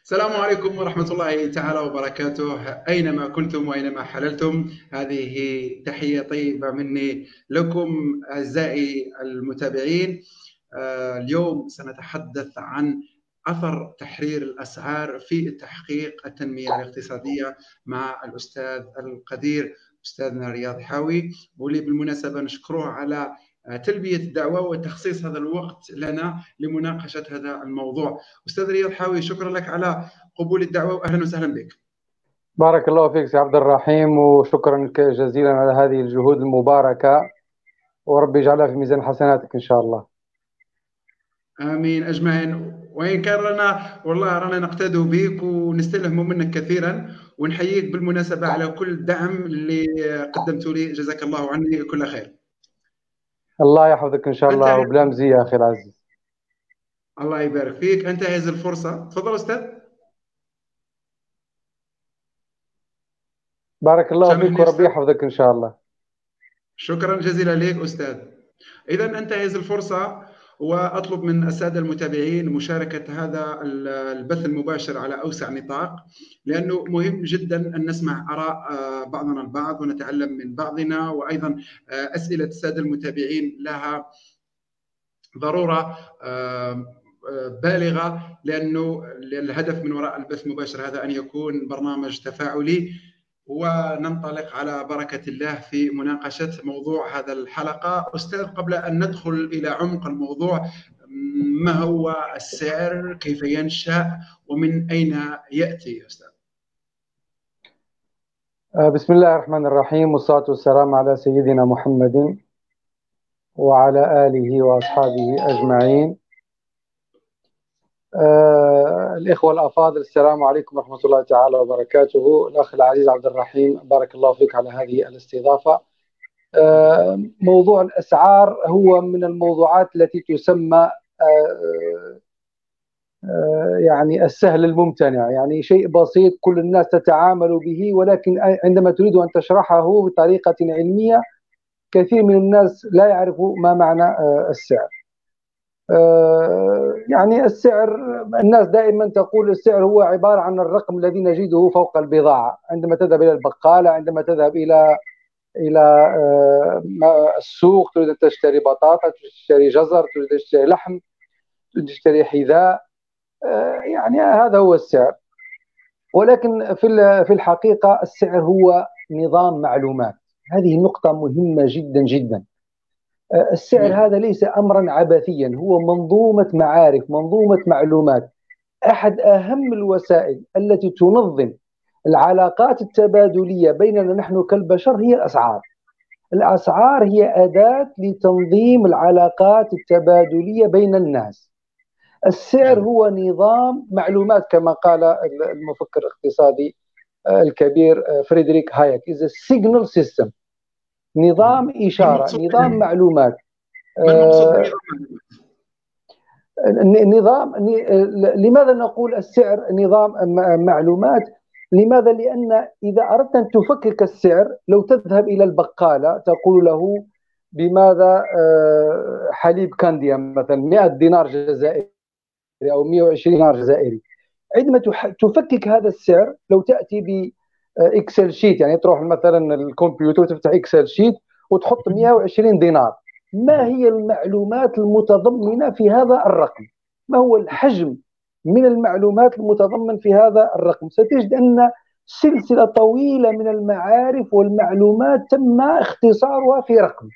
السلام عليكم ورحمة الله تعالى وبركاته. أينما كنتم وأينما حللتم، هذه تحية طيبة مني لكم أعزائي المتابعين. اليوم سنتحدث عن أثر تحرير الأسعار في تحقيق التنمية الاقتصادية مع الأستاذ القدير أستاذنا رياض حاوي، واللي بالمناسبة نشكره على تلبية الدعوة وتخصيص هذا الوقت لنا لمناقشة هذا الموضوع. أستاذ رياض حاوي، شكرا لك على قبول الدعوة وأهلا وسهلا بك. بارك الله فيك سي عبد الرحيم، وشكرا لك جزيلا على هذه الجهود المباركة، وربي يجعلها في ميزان حسناتك إن شاء الله. آمين أجمعين. وإن كان لنا والله رانا نقتدوا بك ونستلهم منك كثيرا، ونحييك بالمناسبة على كل دعم اللي قدمته لي، جزاك الله عني كل خير. الله يحفظك إن شاء الله، أنتهز وبلا مزية أخي العزيز. الله يبارك فيك، أنتهز الفرصة. تفضل أستاذ. بارك الله فيك سامحني وربي أستاذ. يحفظك إن شاء الله. شكرا جزيلا لك أستاذ. إذا أنتهز الفرصة وأطلب من السادة المتابعين مشاركة هذا البث المباشر على أوسع نطاق، لأنه مهم جدا أن نسمع آراء بعضنا البعض ونتعلم من بعضنا، وأيضا أسئلة السادة المتابعين لها ضرورة بالغة، لأنه الهدف من وراء البث المباشر هذا أن يكون برنامج تفاعلي، وننطلق على بركة الله في مناقشة موضوع هذا الحلقة. أستاذ، قبل أن ندخل إلى عمق الموضوع، ما هو السعر؟ كيف ينشأ؟ ومن أين يأتي يا أستاذ؟ بسم الله الرحمن الرحيم، والصلاة والسلام على سيدنا محمد وعلى آله وأصحابه أجمعين. الإخوة الأفاضل، السلام عليكم ورحمة الله تعالى وبركاته. الأخ العزيز عبد الرحيم، بارك الله فيك على هذه الاستضافة. موضوع الأسعار هو من الموضوعات التي تسمى يعني السهل الممتنع، يعني شيء بسيط كل الناس تتعامل به، ولكن عندما تريد أن تشرحه بطريقة علمية كثير من الناس لا يعرفوا ما معنى السعر. يعني السعر، الناس دائما تقول السعر هو عبارة عن الرقم الذي نجده فوق البضاعة عندما تذهب إلى البقالة، عندما تذهب إلى السوق، تريد أن تشتري بطاطا، تريد تشتري جزر، تريد تشتري لحم، تريد تشتري حذاء. يعني هذا هو السعر. ولكن في الحقيقة السعر هو نظام معلومات. هذه النقطة مهمة جدا جدا. السعر هذا ليس أمرا عبثيا، هو منظومة معارف، منظومة معلومات. أحد أهم الوسائل التي تنظم العلاقات التبادلية بيننا نحن كالبشر هي الأسعار. الأسعار هي أداة لتنظيم العلاقات التبادلية بين الناس. السعر هو نظام معلومات كما قال المفكر الاقتصادي الكبير فريدريك هايك، is a signal system. نظام ما إشارة، المقصود نظام معلومات. ما المقصود بنظام؟ نظام. لماذا نقول السعر نظام معلومات؟ لماذا؟ لأن إذا أردت أن تفكك السعر، لو تذهب إلى البقالة تقول له بماذا حليب كانديا مثلا 100 دينار جزائري أو 120 دينار جزائري، عندما تفكك هذا السعر، لو تأتي بإكسل شيت، يعني تروح مثلا الكمبيوتر وتفتح إكسل شيت وتحط 120 دينار، ما هي المعلومات المتضمنة في هذا الرقم؟ ما هو الحجم من المعلومات المتضمن في هذا الرقم؟ ستجد أن سلسلة طويلة من المعارف والمعلومات تم اختصارها في رقم.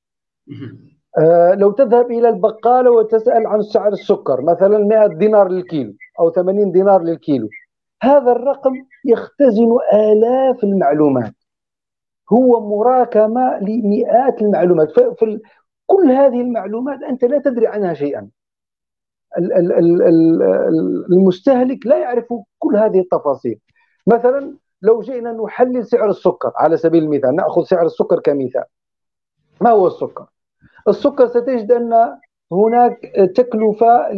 لو تذهب إلى البقالة وتسأل عن سعر السكر مثلا 100 دينار للكيلو أو 80 دينار للكيلو، هذا الرقم يختزن آلاف المعلومات، هو مراكمة لمئات المعلومات. كل هذه المعلومات أنت لا تدري عنها شيئا. المستهلك لا يعرف كل هذه التفاصيل. مثلا لو جئنا نحلل سعر السكر على سبيل المثال، نأخذ سعر السكر كمثال. ما هو السكر؟ السكر ستجد أن هناك تكلفة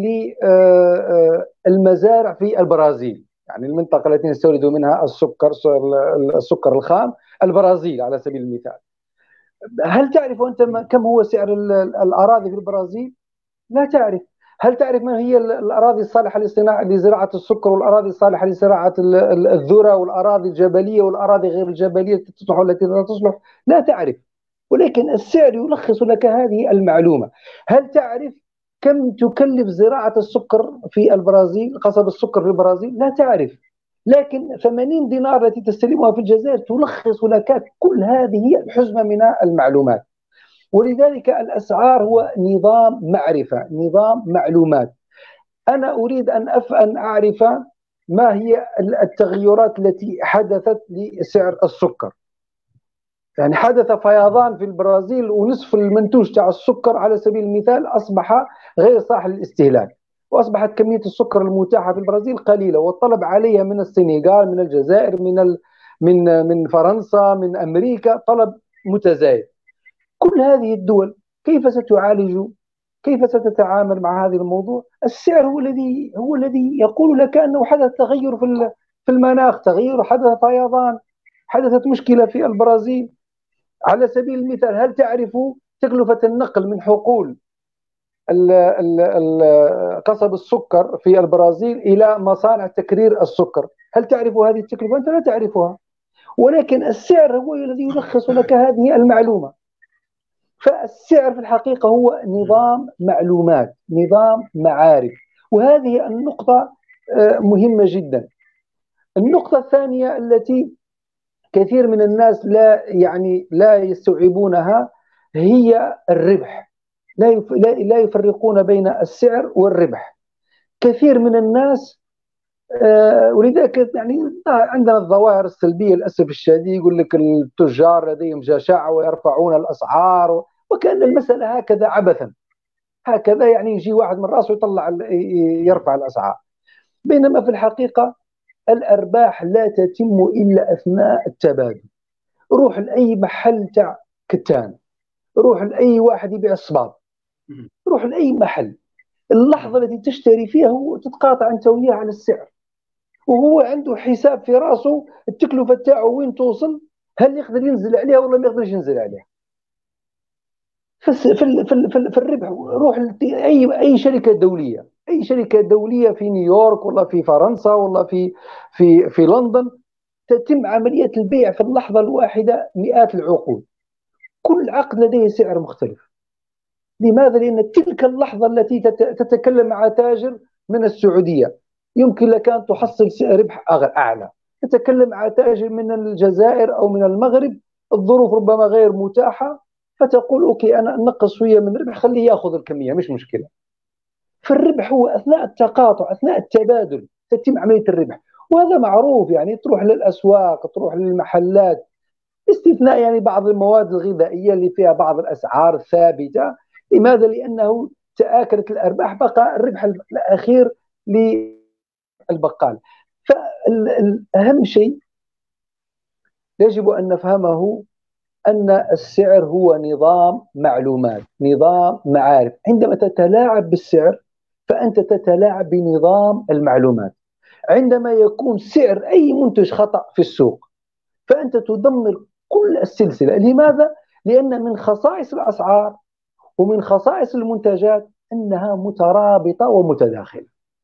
للمزارع في البرازيل، يعني المنطقة التي نستورد منها السكر الخام، البرازيل على سبيل المثال. هل تعرف أنت كم هو سعر الأراضي في البرازيل؟ لا تعرف. هل تعرف ما هي الأراضي الصالحة لزراعة السكر، والأراضي الصالحة لزراعة الذرة، والأراضي الجبلية والأراضي غير الجبلية التي تصلح والتي لا تصلح؟ لا تعرف. ولكن السعر يلخص لك هذه المعلومة. هل تعرف كم تكلف زراعة السكر في البرازيل، قصب السكر في البرازيل؟ لا تعرف. لكن 80 دينار التي تستلمها في الجزائر تلخص لك كل هذه الحزمة من المعلومات. ولذلك الأسعار هو نظام معرفة، نظام معلومات. أنا أريد أن أعرف ما هي التغيرات التي حدثت لسعر السكر. يعني حدث فيضان في البرازيل، ونصف المنتوج تاع السكر على سبيل المثال أصبح غير صالح للاستهلاك، وأصبحت كمية السكر المتاحة في البرازيل قليلة، والطلب عليها من السنغال، من الجزائر، من فرنسا، من أمريكا، طلب متزايد. كل هذه الدول كيف ستعالج، كيف ستتعامل مع هذا الموضوع؟ السعر هو الذي يقول لك أنه حدث تغير في المناخ، تغير، حدث فيضان، حدثت مشكلة في البرازيل. على سبيل المثال، هل تعرف تكلفة النقل من حقول قصب السكر في البرازيل إلى مصانع تكرير السكر؟ هل تعرف هذه التكلفة؟ أنت لا تعرفها. ولكن السعر هو الذي يلخص لك هذه المعلومة. فالسعر في الحقيقة هو نظام معلومات، نظام معارف. وهذه النقطة مهمة جدا. النقطة الثانية التي كثير من الناس لا يستوعبونها هي الربح. لا يفرقون بين السعر والربح. كثير من الناس ولذلك عندنا الظواهر السلبية للأسف الشديد، يقول لك التجار لديهم جشاعة ويرفعون الأسعار، وكأن المسألة هكذا عبثا، هكذا يجي واحد من رأسه يرفع الأسعار. بينما في الحقيقة الأرباح لا تتم إلا أثناء التبادل. روح لأي محل تاع كتان، روح لأي واحد يبيع الصباط، روح لأي محل، اللحظة التي تشتري فيها هو تتقاطع أنت وياه على السعر، وهو عنده حساب في راسه التكلفة تاعه وين توصل، هل يقدر ينزل عليها ولا ما يقدرش ينزل عليها. في الربح، روح أي شركة دولية، أي شركة دولية في نيويورك ولا في فرنسا ولا في لندن، تتم عملية البيع في اللحظة الواحدة مئات العقود، كل عقد لديه سعر مختلف. لماذا؟ لأن تلك اللحظة التي تتكلم مع تاجر من السعودية يمكن لك أن تحصل ربح أعلى. تتكلم مع تاجر من الجزائر أو من المغرب، الظروف ربما غير متاحة، فتقول أوكي أنا أنقص شوية من الربح، خليه يأخذ الكمية، مش مشكلة. فالربح هو أثناء التقاطع، أثناء التبادل تتم عملية الربح. وهذا معروف، تروح للأسواق، تروح للمحلات، باستثناء بعض المواد الغذائية اللي فيها بعض الأسعار الثابتة. لماذا؟ لأنه تآكلت الأرباح، بقى الربح الأخير للبقال. فالأهم شيء يجب أن نفهمه أن السعر هو نظام معلومات، نظام معارف. عندما تتلاعب بالسعر فأنت تتلاعب بنظام المعلومات. عندما يكون سعر أي منتج خطأ في السوق فأنت تدمر كل السلسلة. لماذا؟ لأن من خصائص الأسعار ومن خصائص المنتجات أنها مترابطة ومتداخلة.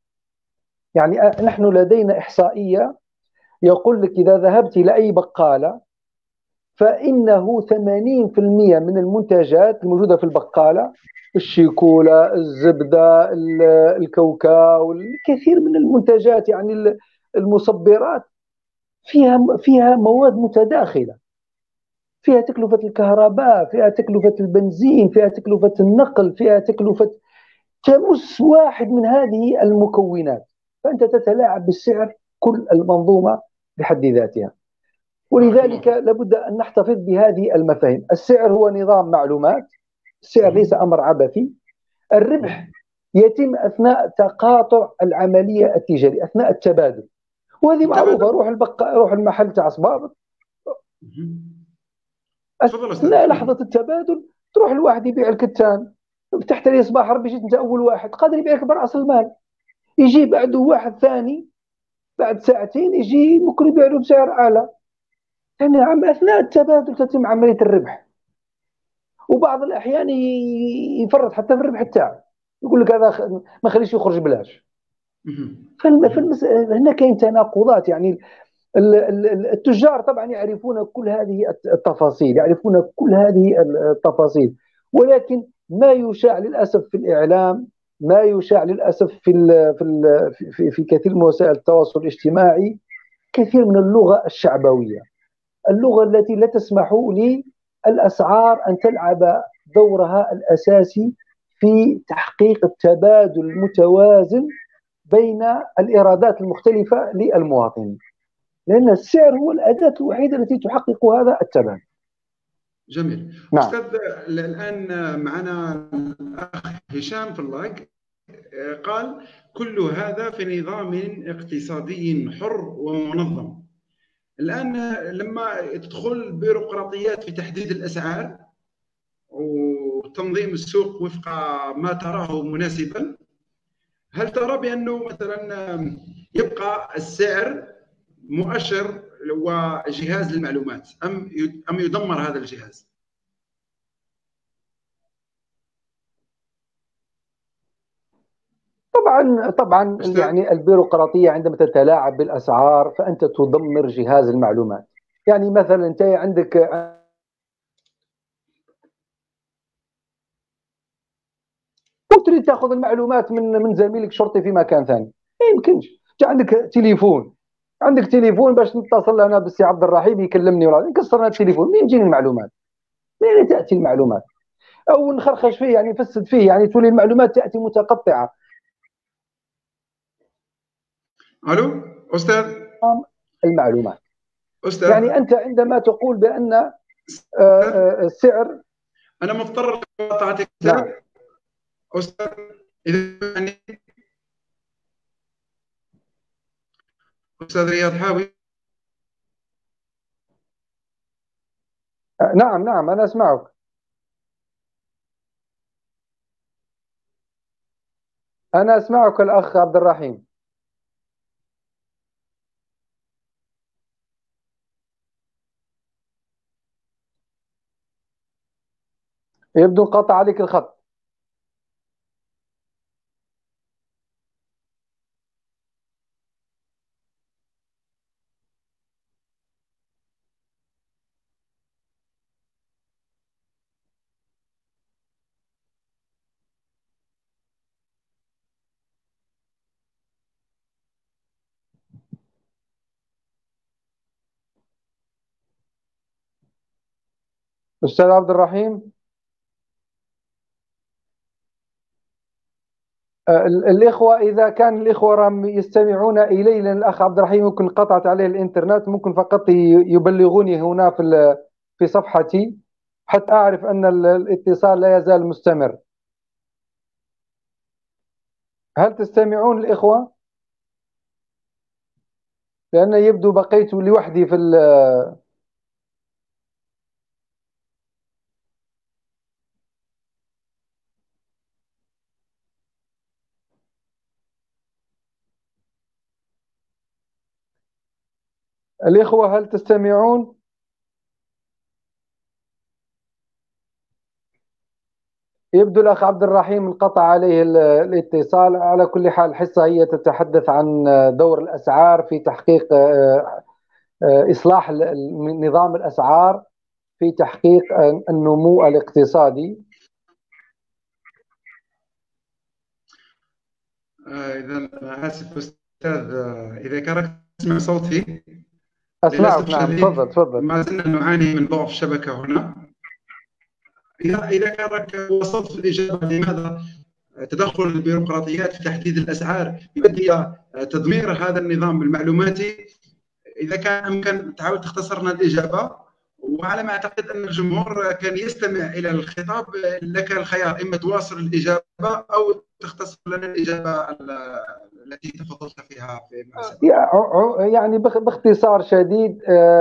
نحن لدينا إحصائية يقول لك إذا ذهبت إلى أي بقالة فإنه 80% من المنتجات الموجودة في البقالة، الشيكولا، الزبدة، الكاوكاو، الكثير من المنتجات المصبرات فيها مواد متداخلة، فيها تكلفة الكهرباء، فيها تكلفة البنزين، فيها تكلفة النقل، فيها تكلفة، تمس واحد من هذه المكونات، فأنت تتلاعب بالسعر كل المنظومة بحد ذاتها. ولذلك لابد أن نحتفظ بهذه المفاهيم. السعر هو نظام معلومات، السعر ليس أمر عبثي. الربح يتم أثناء تقاطع العملية التجارية، أثناء التبادل، وهذه معروفة. روح المحل تاع صباط، أثناء لحظة التبادل تروح الواحد يبيع الكتان، فتحت لي صباح ربي جيت أنت أول واحد، قادر يبيعك برأس المال. يجي بعده واحد ثاني بعد ساعتين يجي ممكن يبيع له بسعر أعلى. أثناء التبادل تتم عملية الربح، وبعض الأحيان يفرط حتى في الربح تاعه. يقول لك هذا ما خليش يخرج بلاش. هنا كاين تناقضات. يعني التجار طبعا يعرفون كل هذه التفاصيل، يعرفون كل هذه التفاصيل، ولكن ما يشاع للاسف في الاعلام، ما يشاع للاسف في كثير من وسائل التواصل الاجتماعي، كثير من اللغه الشعبويه، اللغه التي لا تسمح للاسعار ان تلعب دورها الاساسي في تحقيق التبادل المتوازن بين الايرادات المختلفه للمواطنين، لأن السعر هو الأداة الوحيدة التي تحقق هذا التبادل. جميل. نعم. أستاذ، الآن معنا الأخ هشام فلاق قال: كل هذا في نظام اقتصادي حر ومنظم. الآن لما تدخل بيروقراطيات في تحديد الأسعار وتنظيم السوق وفق ما تراه مناسبا، هل ترى بأنه مثلا يبقى السعر مؤشر وجهاز للمعلومات أم يدمر هذا الجهاز؟ طبعا أستاذ؟ يعني البيروقراطية عندما تتلاعب بالأسعار فأنت تدمر جهاز المعلومات. يعني مثلا أنت عندك تريد تاخذ المعلومات من زميلك شرطي في مكان ثاني، ما يمكنش. انت عندك تليفون، عندك تليفون باش نتصل انا بالسي عبد الرحيم يكلمني ولا نكسر التليفون، منين تجيني المعلومات؟ من اين تاتي المعلومات؟ او نخرخش فيه يعني نفسد فيه، يعني تولي المعلومات تاتي متقطعه. الو استاذ. المعلومات. استاذ، يعني انت عندما تقول بان السعر. انا مضطر لقطعتك. نعم. استاذ، اذا يعني استاذ رياض حاوي. نعم نعم انا اسمعك. انا اسمعك الاخ عبد الرحيم. يبدو انقطع عليك الخط. استاذ عبد الرحيم. الإخوة إذا كان الإخوة راهم يستمعون إلي، لأن الأخ عبد الرحيم ممكن قطعت عليه الإنترنت، ممكن فقط يبلغوني هنا في صفحتي حتى أعرف أن الاتصال لا يزال مستمر. هل تستمعون الإخوة؟ لأن يبدو بقيت لوحدي الإخوة هل تستمعون؟ يبدو الأخ عبد الرحيم انقطع عليه الاتصال. على كل حال الحصة هي تتحدث عن دور الأسعار في تحقيق إصلاح نظام الأسعار في تحقيق النمو الاقتصادي. اذا اسف استاذ، اذا كانت تسمع صوتي. أسمعك. للاسف نعم الشديد تفضل تفضل. ما زلنا نعاني من ضعف شبكه هنا. اذا كانك وصلت في الاجابه لماذا تدخل البيروقراطيات في تحديد الاسعار يؤدي الى تدمير هذا النظام المعلوماتي، اذا كان امكن تعاود تختصر لنا الاجابه. وعلى ما اعتقد ان الجمهور كان يستمع الى الخطاب، لك الخيار اما تواصل الاجابه او تختصر لنا الاجابه التي تفضلت فيها فيما سبق. يعني باختصار شديد،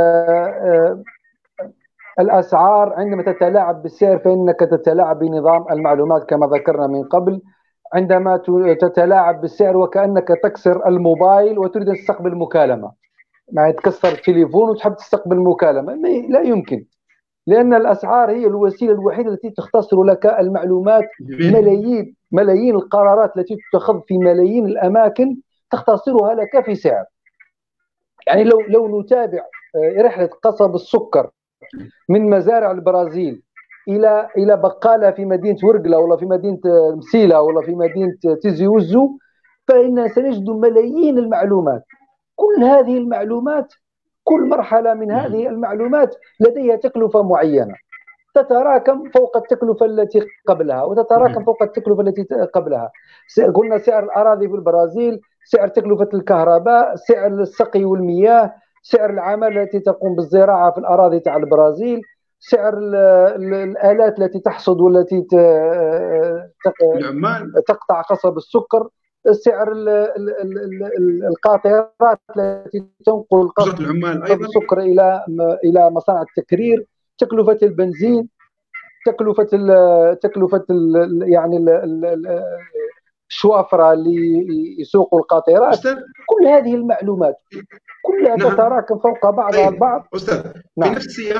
الأسعار عندما تتلاعب بالسعر فإنك تتلاعب بنظام المعلومات كما ذكرنا من قبل. عندما تتلاعب بالسعر وكأنك تكسر الموبايل وتريد أن تستقبل مكالمة، يعني تكسر التليفون وتحب تستقبل مكالمة، لا يمكن، لأن الأسعار هي الوسيلة الوحيدة التي تختصر لك المعلومات. جميل. ملايين ملايين القرارات التي تتخذ في ملايين الأماكن تختصرها لك في سعر. يعني لو نتابع رحلة قصب السكر من مزارع البرازيل إلى بقالة في مدينة ورقلة ولا في مدينة مسيلة ولا في مدينة تيزي وزو، فإننا سنجد ملايين المعلومات. كل هذه المعلومات، كل مرحلة من هذه المعلومات لديها تكلفة معينة تتراكم فوق التكلفة التي قبلها وتتراكم فوق التكلفة التي قبلها. قلنا سعر الأراضي في البرازيل، سعر تكلفة الكهرباء، سعر السقي والمياه، سعر العمالة التي تقوم بالزراعة في الأراضي تاع البرازيل، سعر الآلات التي تحصد والتي تقطع قصب السكر، سعر القاطرات التي تنقل قصب السكر إلى مصانع التكرير، تكلفة البنزين، تكلفة يعني الشوافرة اللي يسوقوا القاطرات. كل هذه المعلومات كلها تتراكم فوق بعضها البعض. أستاذ، نعم.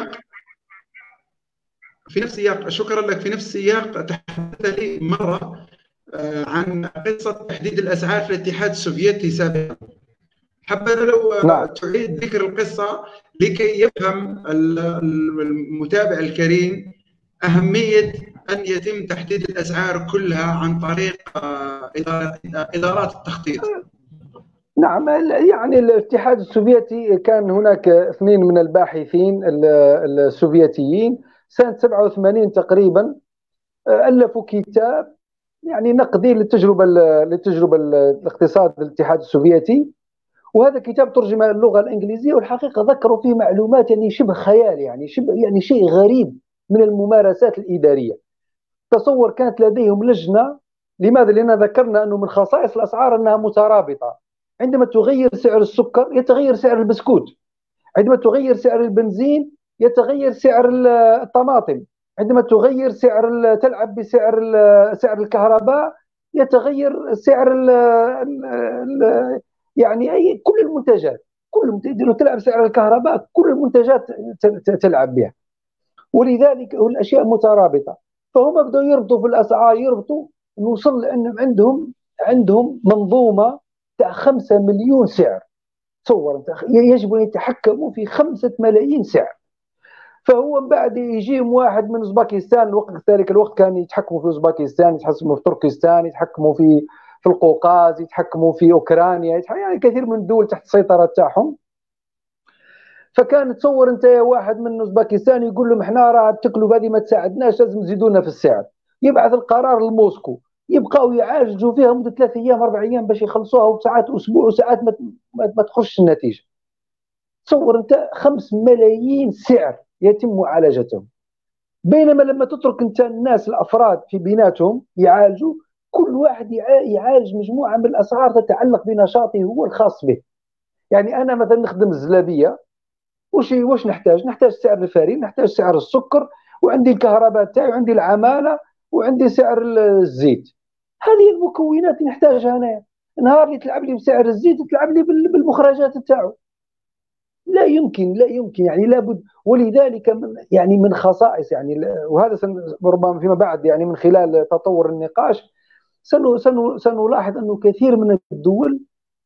في نفس السياق شكرا لك. في نفس السياق تحدث لي مرة عن قصة تحديد الأسعار في الاتحاد السوفيتي سابقا. حبذا لو تعيد ذكر القصة لكي يفهم المتابع الكريم أهمية أن يتم تحديد الأسعار كلها عن طريق إدارات التخطيط. نعم، يعني الاتحاد السوفيتي كان هناك اثنين من الباحثين السوفيتيين سنة 87 تقريبا ألفوا كتاب يعني نقدي للتجربة الاقتصاد الاتحاد السوفيتي، وهذا الكتاب ترجم اللغة الإنجليزية، والحقيقة ذكروا فيه معلومات يعني شبه خيال، يعني شبه يعني شيء غريب من الممارسات الإدارية. تصور كانت لديهم لجنة. لماذا؟ لأن ذكرنا أنه من خصائص الأسعار أنها مترابطة. عندما تغير سعر السكر يتغير سعر البسكوت، عندما تغير سعر البنزين يتغير سعر الطماطم، عندما تغير تلعب بسعر سعر الكهرباء يتغير سعر يعني كل المنتجات، تلعب سعر الكهرباء، كل المنتجات تلعب بها. ولذلك الأشياء مترابطة. فهم بدأوا يربطوا في الأسعار، يربطوا، نوصل لأن عندهم منظومة تاع 5 مليون سعر. تصور انت، يجب ان يتحكموا في 5 ملايين سعر. فهو من بعد يجيهم واحد من اوزباكستان، ذلك الوقت كان يتحكموا في اوزباكستان، يتحكموا في تركستان، يتحكموا في القوقاز، يتحكموا في اوكرانيا، يعني كثير من الدول تحت السيطره تاعهم. فكان تصور انت واحد من اوزباكستان يقول لهم احنا راه التكلفه هذه ما تساعدناش، لازم تزيدونا في السعر. يبعث القرار لموسكو، يبقاو يعالجوا فيها مده 3 ايام 4 ايام باش يخلصوها، وساعات اسبوع وساعات ما تخرجش النتيجه. تصور انت 5 ملايين سعر يتم معالجتهم. بينما لما تترك انت الناس الافراد في بيناتهم يعالجوا، كل واحد يعالج مجموعه من الاسعار تتعلق بنشاطه هو الخاص به. يعني انا مثلا نخدم الزلابيه، واش نحتاج سعر الفرين، نحتاج سعر السكر، وعندي الكهرباء تاعي، وعندي العماله، وعندي سعر الزيت. هذه المكونات اللي نحتاجها انا. نهار اللي تلعب لي بسعر الزيت تلعب لي بالمخرجات تاعو. لا يمكن يعني لابد. ولذلك من خصائص يعني، وهذا ربما فيما بعد يعني من خلال تطور النقاش سنلاحظ أنه كثير من الدول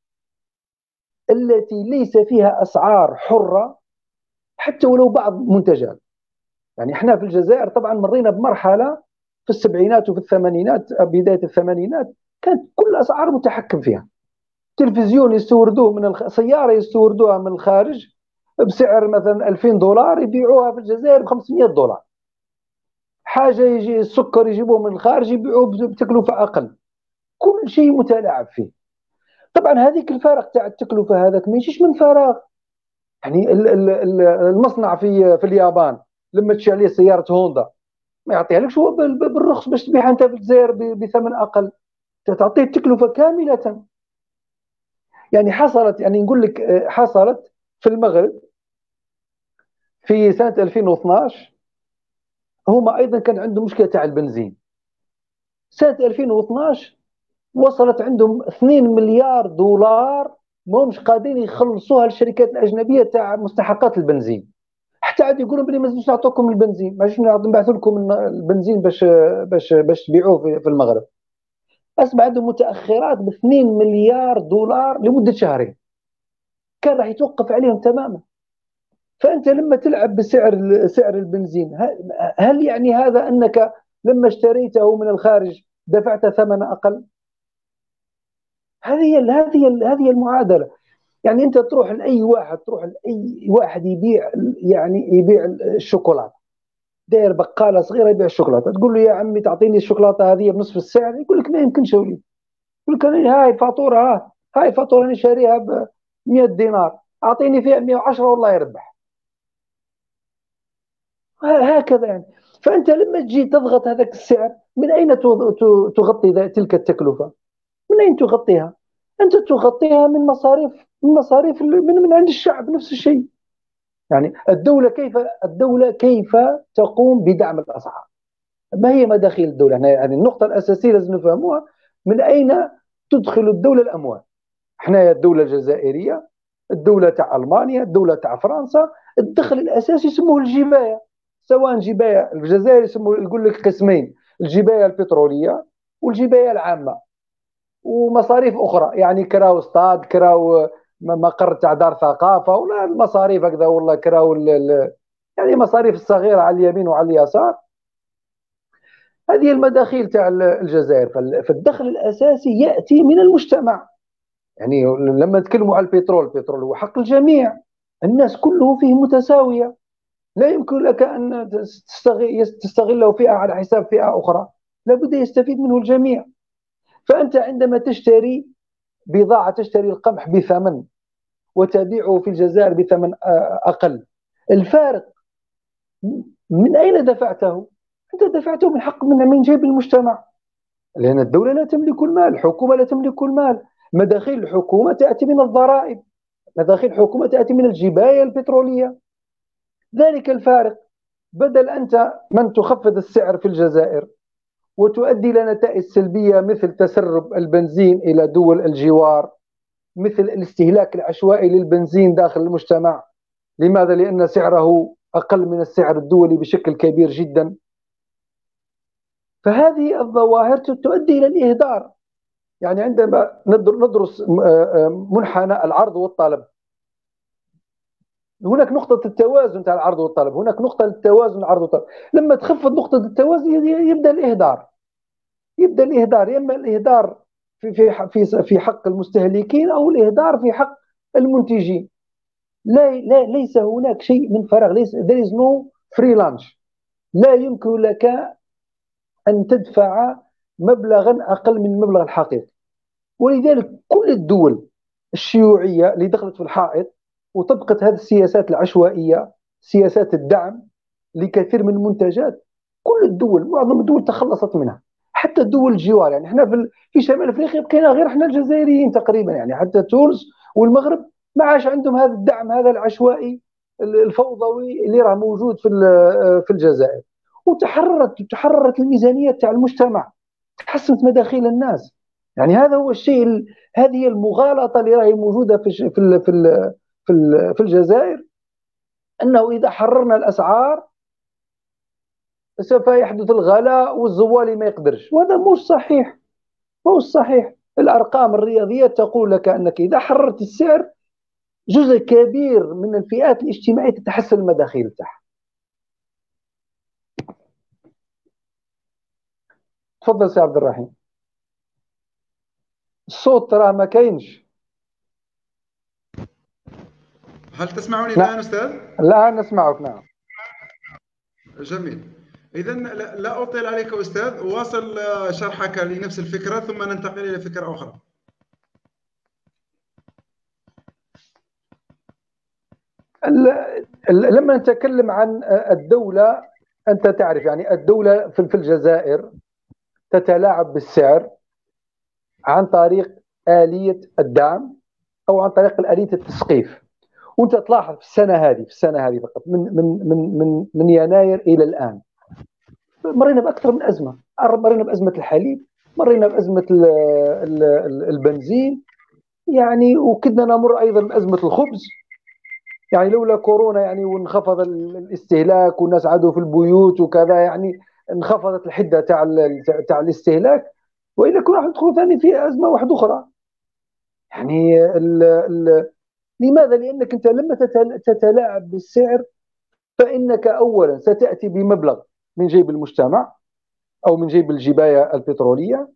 التي ليس فيها أسعار حرة حتى ولو بعض منتجات. يعني احنا في الجزائر طبعا مرينا بمرحلة في السبعينات وفي الثمانينات، بداية الثمانينات، كانت كل أسعار متحكم فيها. تلفزيون يستوردوه سيارة يستوردوها من الخارج بسعر مثلا $2000 يبيعوها في الجزائر $500. حاجة يجي السكر يجيبوه من الخارج يبيعوه بتكلفة أقل. كل شيء متلاعب فيه. طبعا هذيك الفارق تاع التكلفة هذاك ما يجيش من فراغ. يعني المصنع في اليابان لما تشري عليه سيارة هوندا ما يعطيهالكش هو بالرخص باش تبيعها انت في الجزائر بثمن أقل، تعطيه التكلفة كاملة. يعني نقول لك حصلت في المغرب في سنة 2012. هما أيضا كان عندهم مشكلة تاع البنزين. سنة 2012 وصلت عندهم $2 مليار ما همش قادرين يخلصوها للشركات الأجنبية تاع مستحقات البنزين. حتى عاد يقولوا بلي ما نزيدوش نعطوكم البنزين، ماش نبعثوا لكم البنزين باش تبيعوه في المغرب. أصبح عنده متأخرات ب 2 مليار دولار لمدة شهرين، كان راح يتوقف عليهم تماما. فأنت لما تلعب سعر البنزين، هل يعني هذا أنك لما اشتريته من الخارج دفعت ثمن أقل؟ هذه المعادلة. يعني أنت تروح لأي واحد يبيع، يعني يبيع الشوكولاتة، داير بقالة صغيرة يبيع الشوكولاتة، تقول له يا عمي تعطيني الشوكولاتة هذه بنصف السعر، يقول لك ما يمكنش يا وليدي. يقول لك هاي فاتورة، هاي فاتورة أنا شاريها ب 100 دينار، أعطيني فيها 110 والله يربح. هكذا يعني. فأنت لما تجي تضغط هذاك السعر، من أين تغطي تلك التكلفة؟ من أين تغطيها؟ أنت تغطيها من عند الشعب، نفس الشيء. يعني الدولة كيف تقوم بدعم الأسعار؟ ما هي مداخيل الدولة؟ يعني النقطة الأساسية لازم نفهموها، من أين تدخل الدولة الأموال؟ احنا الدولة الجزائرية، الدولة تاع ألمانيا، الدولة تاع فرنسا، الدخل الأساسي يسموه الجباية. سواء جباية الجزائر يقول لك قسمين: الجباية البترولية والجباية العامة، ومصاريف أخرى، يعني كراو استاد، كراو مقر تاع دار ثقافة، ولا المصاريف هكذا، والله كراو يعني مصاريف الصغيرة على اليمين وعلى اليسار. هذه المداخيل تاع الجزائر. فالدخل الأساسي يأتي من المجتمع. يعني لما نتكلموا على البترول هو حق الجميع، الناس كله فيه متساوية، لا يمكن لك أن تستغله فئة على حساب فئة أخرى، لابد يستفيد منه الجميع. فأنت عندما تشتري بضاعة، تشتري القمح بثمن وتبيعه في الجزائر بثمن أقل، الفارق من أين دفعته؟ أنت دفعته من جيب المجتمع، لأن الدولة لا تملك المال، الحكومة لا تملك المال. مداخيل الحكومة تأتي من الضرائب، مداخيل الحكومة تأتي من الجباية البترولية. ذلك الفارق. بدل أنت من تخفض السعر في الجزائر وتؤدي إلى نتائج سلبية، مثل تسرب البنزين إلى دول الجوار، مثل الاستهلاك العشوائي للبنزين داخل المجتمع. لماذا؟ لأن سعره أقل من السعر الدولي بشكل كبير جدا. فهذه الظواهر تؤدي إلى الإهدار. يعني عندما ندرس منحنى العرض والطلب، هناك نقطة التوازن تاع العرض والطلب، هناك نقطة التوازن العرض والطلب. لما تخفض نقطة التوازن يبدأ الإهدار. إما الإهدار في حق المستهلكين، أو الإهدار في حق المنتجين. لا ليس هناك شيء من فراغ، there is no free lunch. لا يمكن لك أن تدفع مبلغا أقل من المبلغ الحقيقي. ولذلك كل الدول الشيوعية اللي دخلت في الحائط وطبقت هذه السياسات العشوائية، سياسات الدعم لكثير من المنتجات، كل الدول، معظم الدول تخلصت منها. حتى الدول الجوار، يعني احنا في شمال افريقيا بقينا غير احنا الجزائريين تقريبا، يعني حتى تونس والمغرب ما عاش عندهم هذا الدعم، هذا العشوائي الفوضوي اللي راه موجود في الجزائر. وتحررت الميزانية تاع المجتمع، تحسنت مداخيل الناس. يعني هذا هو الشيء، هذه المغالطة اللي راهي موجودة في الجزائر، أنه إذا حررنا الأسعار سوف يحدث الغلاء والزوالي ما يقدرش، وهذا مش صحيح. مش صحيح. الأرقام الرياضية تقول لك أنك إذا حررت السعر، جزء كبير من الفئات الاجتماعية تتحسن المداخيل تاعها. تفضل سي عبد الرحيم. الصوت ترى ما كاينش. هل تسمعني نعم، الآن أستاذ؟ الآن نسمعك. نعم. جميل. إذا لا أطيل عليك أستاذ، واصل شرحك لنفس الفكرة ثم ننتقل إلى فكرة أخرى. لما نتكلم عن الدولة، أنت تعرف يعني الدولة في الجزائر تتلاعب بالسعر عن طريق آلية الدعم، أو عن طريق آلية التسقيف. وأنت تلاحظ في السنة هذه فقط، من يناير إلى الآن مرينا بأكثر من أزمة. مرينا بأزمة الحليب، مرينا بأزمة البنزين، يعني وكدنا نمر أيضا بأزمة الخبز. يعني لولا كورونا يعني وانخفض الاستهلاك والناس عادوا في البيوت وكذا، يعني انخفضت الحدة تاع الاستهلاك. والا كنا راح ندخلوا ثاني في ازمه واحده اخرى. يعني لماذا؟ لانك انت لما تتلاعب بالسعر، فانك اولا ستاتي بمبلغ من جيب المجتمع او من جيب الجبايه البتروليه،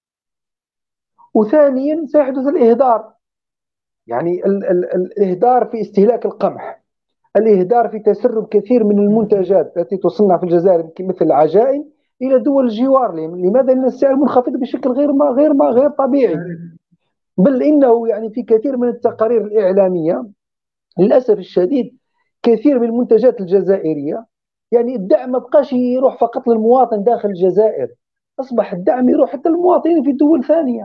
وثانيا سيحدث الاهدار. يعني الاهدار في استهلاك القمح، الإهدار في تسرب كثير من المنتجات التي تصنع في الجزائر مثل العجائن إلى دول الجوار. لماذا؟ لأن السعر منخفض بشكل غير طبيعي. بل إنه يعني في كثير من التقارير الإعلامية للأسف الشديد، كثير من المنتجات الجزائرية، يعني الدعم ما بقاش يروح فقط للمواطن داخل الجزائر، أصبح الدعم يروح حتى للمواطنين في دول ثانية.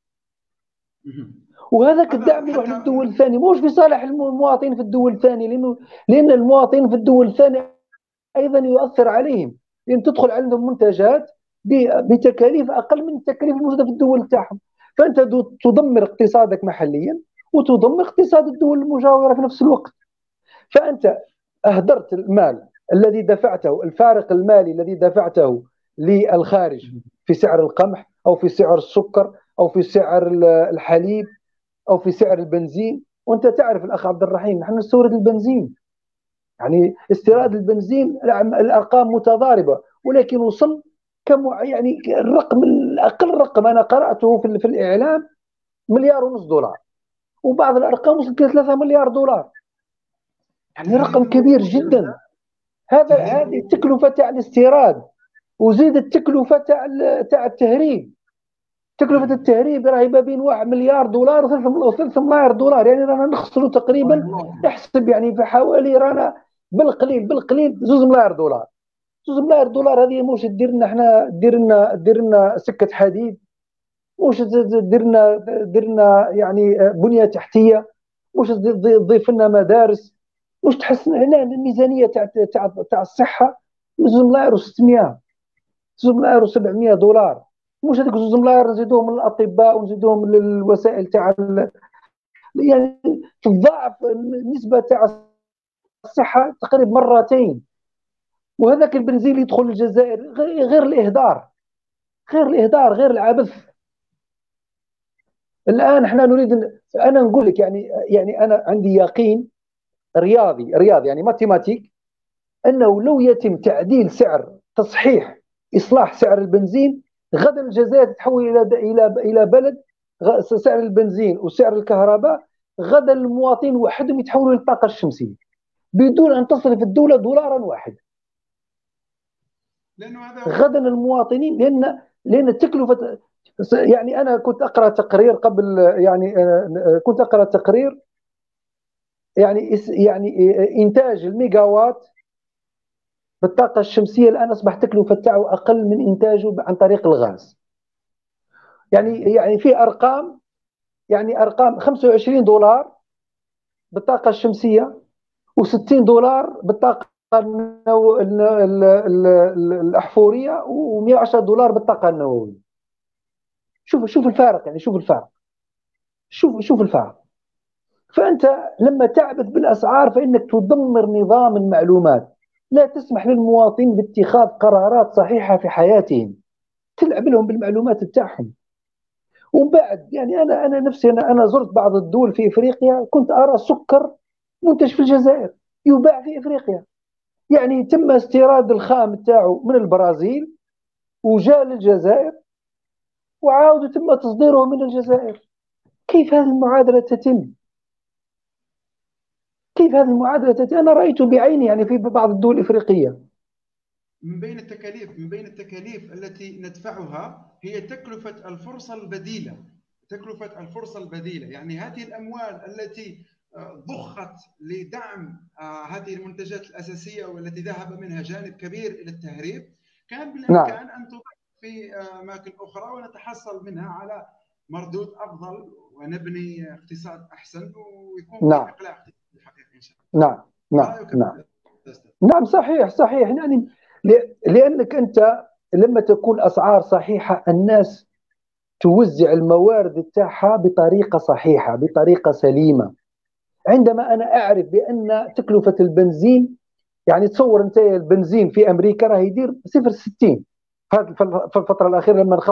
وهذاك الدعم يروح للدول الثانية، مش في صالح المواطنين في الدول الثانية، لأن المواطنين في الدول الثانية أيضا يؤثر عليهم، لأن تدخل عندهم منتجات بتكاليف أقل من التكاليف الموجودة في الدول تاعهم. فأنت تدمر اقتصادك محليا وتدمر اقتصاد الدول المجاورة في نفس الوقت. فأنت أهدرت المال الذي دفعته، الفارق المالي الذي دفعته للخارج في سعر القمح أو في سعر السكر أو في سعر الحليب أو في سعر البنزين. وأنت تعرف الأخ عبد الرحيم، نحن نستورد البنزين، يعني استيراد البنزين الأرقام متضاربة، ولكن وصل كم يعني الرقم الأقل رقم أنا قرأته في الإعلام مليار ونص دولار، وبعض الأرقام وصلت إلى 3 مليار دولار. يعني رقم كبير جدا. هذه التكلفة تاع الاستيراد، وزيد التكلفة تاع التهريب. تكلفة التهريب راهي ما بين 1 مليار دولار و3 مليار دولار، يعني رانا نخسروا تقريبا، احسب يعني في حوالي رانا بالقليل 2 مليار دولار. 2 مليار دولار هذه مش دير لنا احنا، دير لنا سكة حديد، مش دير لنا يعني بنية تحتية، مش تضيف لنا مدارس، مش تحسن هنا الميزانية تاع الصحة 2 مليار و600، 2 مليار و700 دولار. مش هذيك 2 مليار نزيدوهم للاطباء ونزيدوهم للوسائل تاع يعني تضاعف النسبه تاع الصحه تقريبا مرتين. وهذاك البنزين اللي يدخل الجزائر غير الاهدار، غير العبث. الان احنا نريد انا نقول لك يعني انا عندي يقين رياضي يعني ماتيماتيك، انه لو يتم تعديل سعر تصحيح اصلاح سعر البنزين، غدا الجزائر تتحول الى بلد سعر البنزين وسعر الكهرباء غدا المواطنين وحدهم يتحولوا للطاقه الشمسيه بدون ان تصرف الدوله دولارا واحد. غدا المواطنين، لان التكلفه، يعني انا كنت اقرا تقرير قبل، يعني كنت اقرا تقرير يعني انتاج الميجاوات بالطاقة الشمسية الآن أصبح تكلفة تاعه أقل من إنتاجه عن طريق الغاز. يعني في أرقام، يعني أرقام 25 دولار بالطاقة الشمسية و60 دولار بالطاقة الأحفورية و110 دولار بالطاقة النووية. شوف الفارق، يعني شوف الفارق. فأنت لما تعبث بالأسعار فإنك تدمر نظام المعلومات، لا تسمح للمواطنين باتخاذ قرارات صحيحة في حياتهم، تلعب لهم بالمعلومات بتاعهم. وبعد يعني انا نفسي انا زرت بعض الدول في افريقيا، كنت ارى سكر منتج في الجزائر يباع في افريقيا، يعني تم استيراد الخام تاعه من البرازيل وجاء للجزائر وعاود تم تصديره من الجزائر. كيف هذه المعادله تتم؟ كيف هذه المعادله تتم؟ انا رايت بعيني يعني في بعض الدول الافريقيه. من بين التكاليف التي ندفعها هي تكلفة الفرصة البديلة. يعني هذه الأموال التي ضخت لدعم هذه المنتجات الأساسية والتي ذهب منها جانب كبير إلى التهريب، كان بالإمكان أن تضخ في أماكن أخرى ونتحصل منها على مردود أفضل ونبني اقتصاد أحسن ويكون في إقلاع اقتصادي حقيقي إن شاء الله. نعم صحيح يعني لأنك أنت لما تكون أسعار صحيحة الناس توزع الموارد تاعها بطريقة صحيحة بطريقة سليمة. عندما أنا أعرف بأن تكلفة البنزين، يعني تصور أنت البنزين في أمريكا راه يدير 0.60 في الفترة الأخيرة لما انخفضت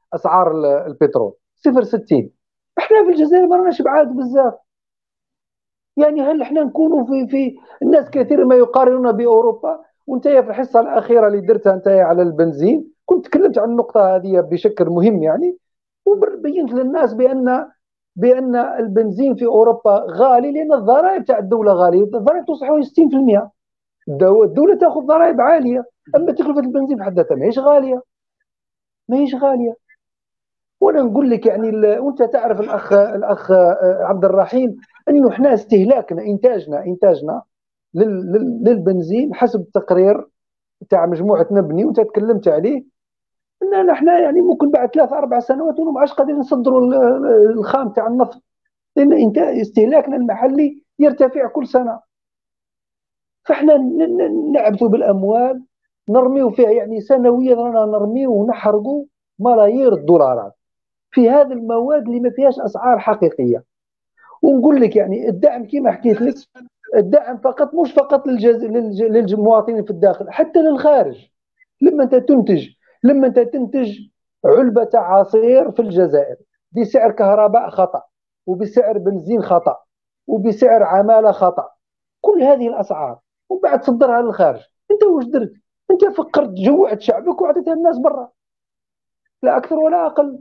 اسعار البترول 0.60. احنا في الجزائر ما راناش بعاد بزاف. يعني هل احنا نكونوا في الناس كثير ما يقارنون باوروبا. وانت في الحصه الاخيره اللي درتها انت على البنزين كنت تكلمت عن النقطه هذه بشكل مهم يعني. وبينت للناس بان البنزين في اوروبا غالي لان الضرائب تاع الدوله غاليه. الضرائب توصل حوالي 60%. الدوله تاخذ ضرائب عاليه. اما تكلفه البنزين بحد ذاتها ماهيش غاليه. ماهيش غاليه. وانا نقول لك يعني وانت تعرف الاخ عبد الرحيم انه احنا استهلاكنا انتاجنا للبنزين حسب التقرير تاع مجموعه نبني وانت تكلمت عليه ان احنا يعني ممكن بعد 3 4 سنوات ما عادش قادرين نصدروا الخام تاع النفط لان استهلاكنا المحلي يرتفع كل سنه. فاحنا نعبثوا بالاموال نرميو فيها يعني سنويا رانا نرميو ونحرقوا ملايير الدولارات في هذه المواد اللي ما فيهاش اسعار حقيقيه. ونقول لك يعني الدعم كما حكيت لك الدعم فقط مش فقط للمواطنين في الداخل حتى للخارج. لما انت تنتج علبه عصير في الجزائر بسعر كهرباء خطا وبسعر بنزين خطا وبسعر عماله خطا كل هذه الاسعار ومن بعد تصدرها للخارج انت واش درت؟ انت فقرت جوعت شعبك وعطيتها الناس برا لا اكثر ولا اقل.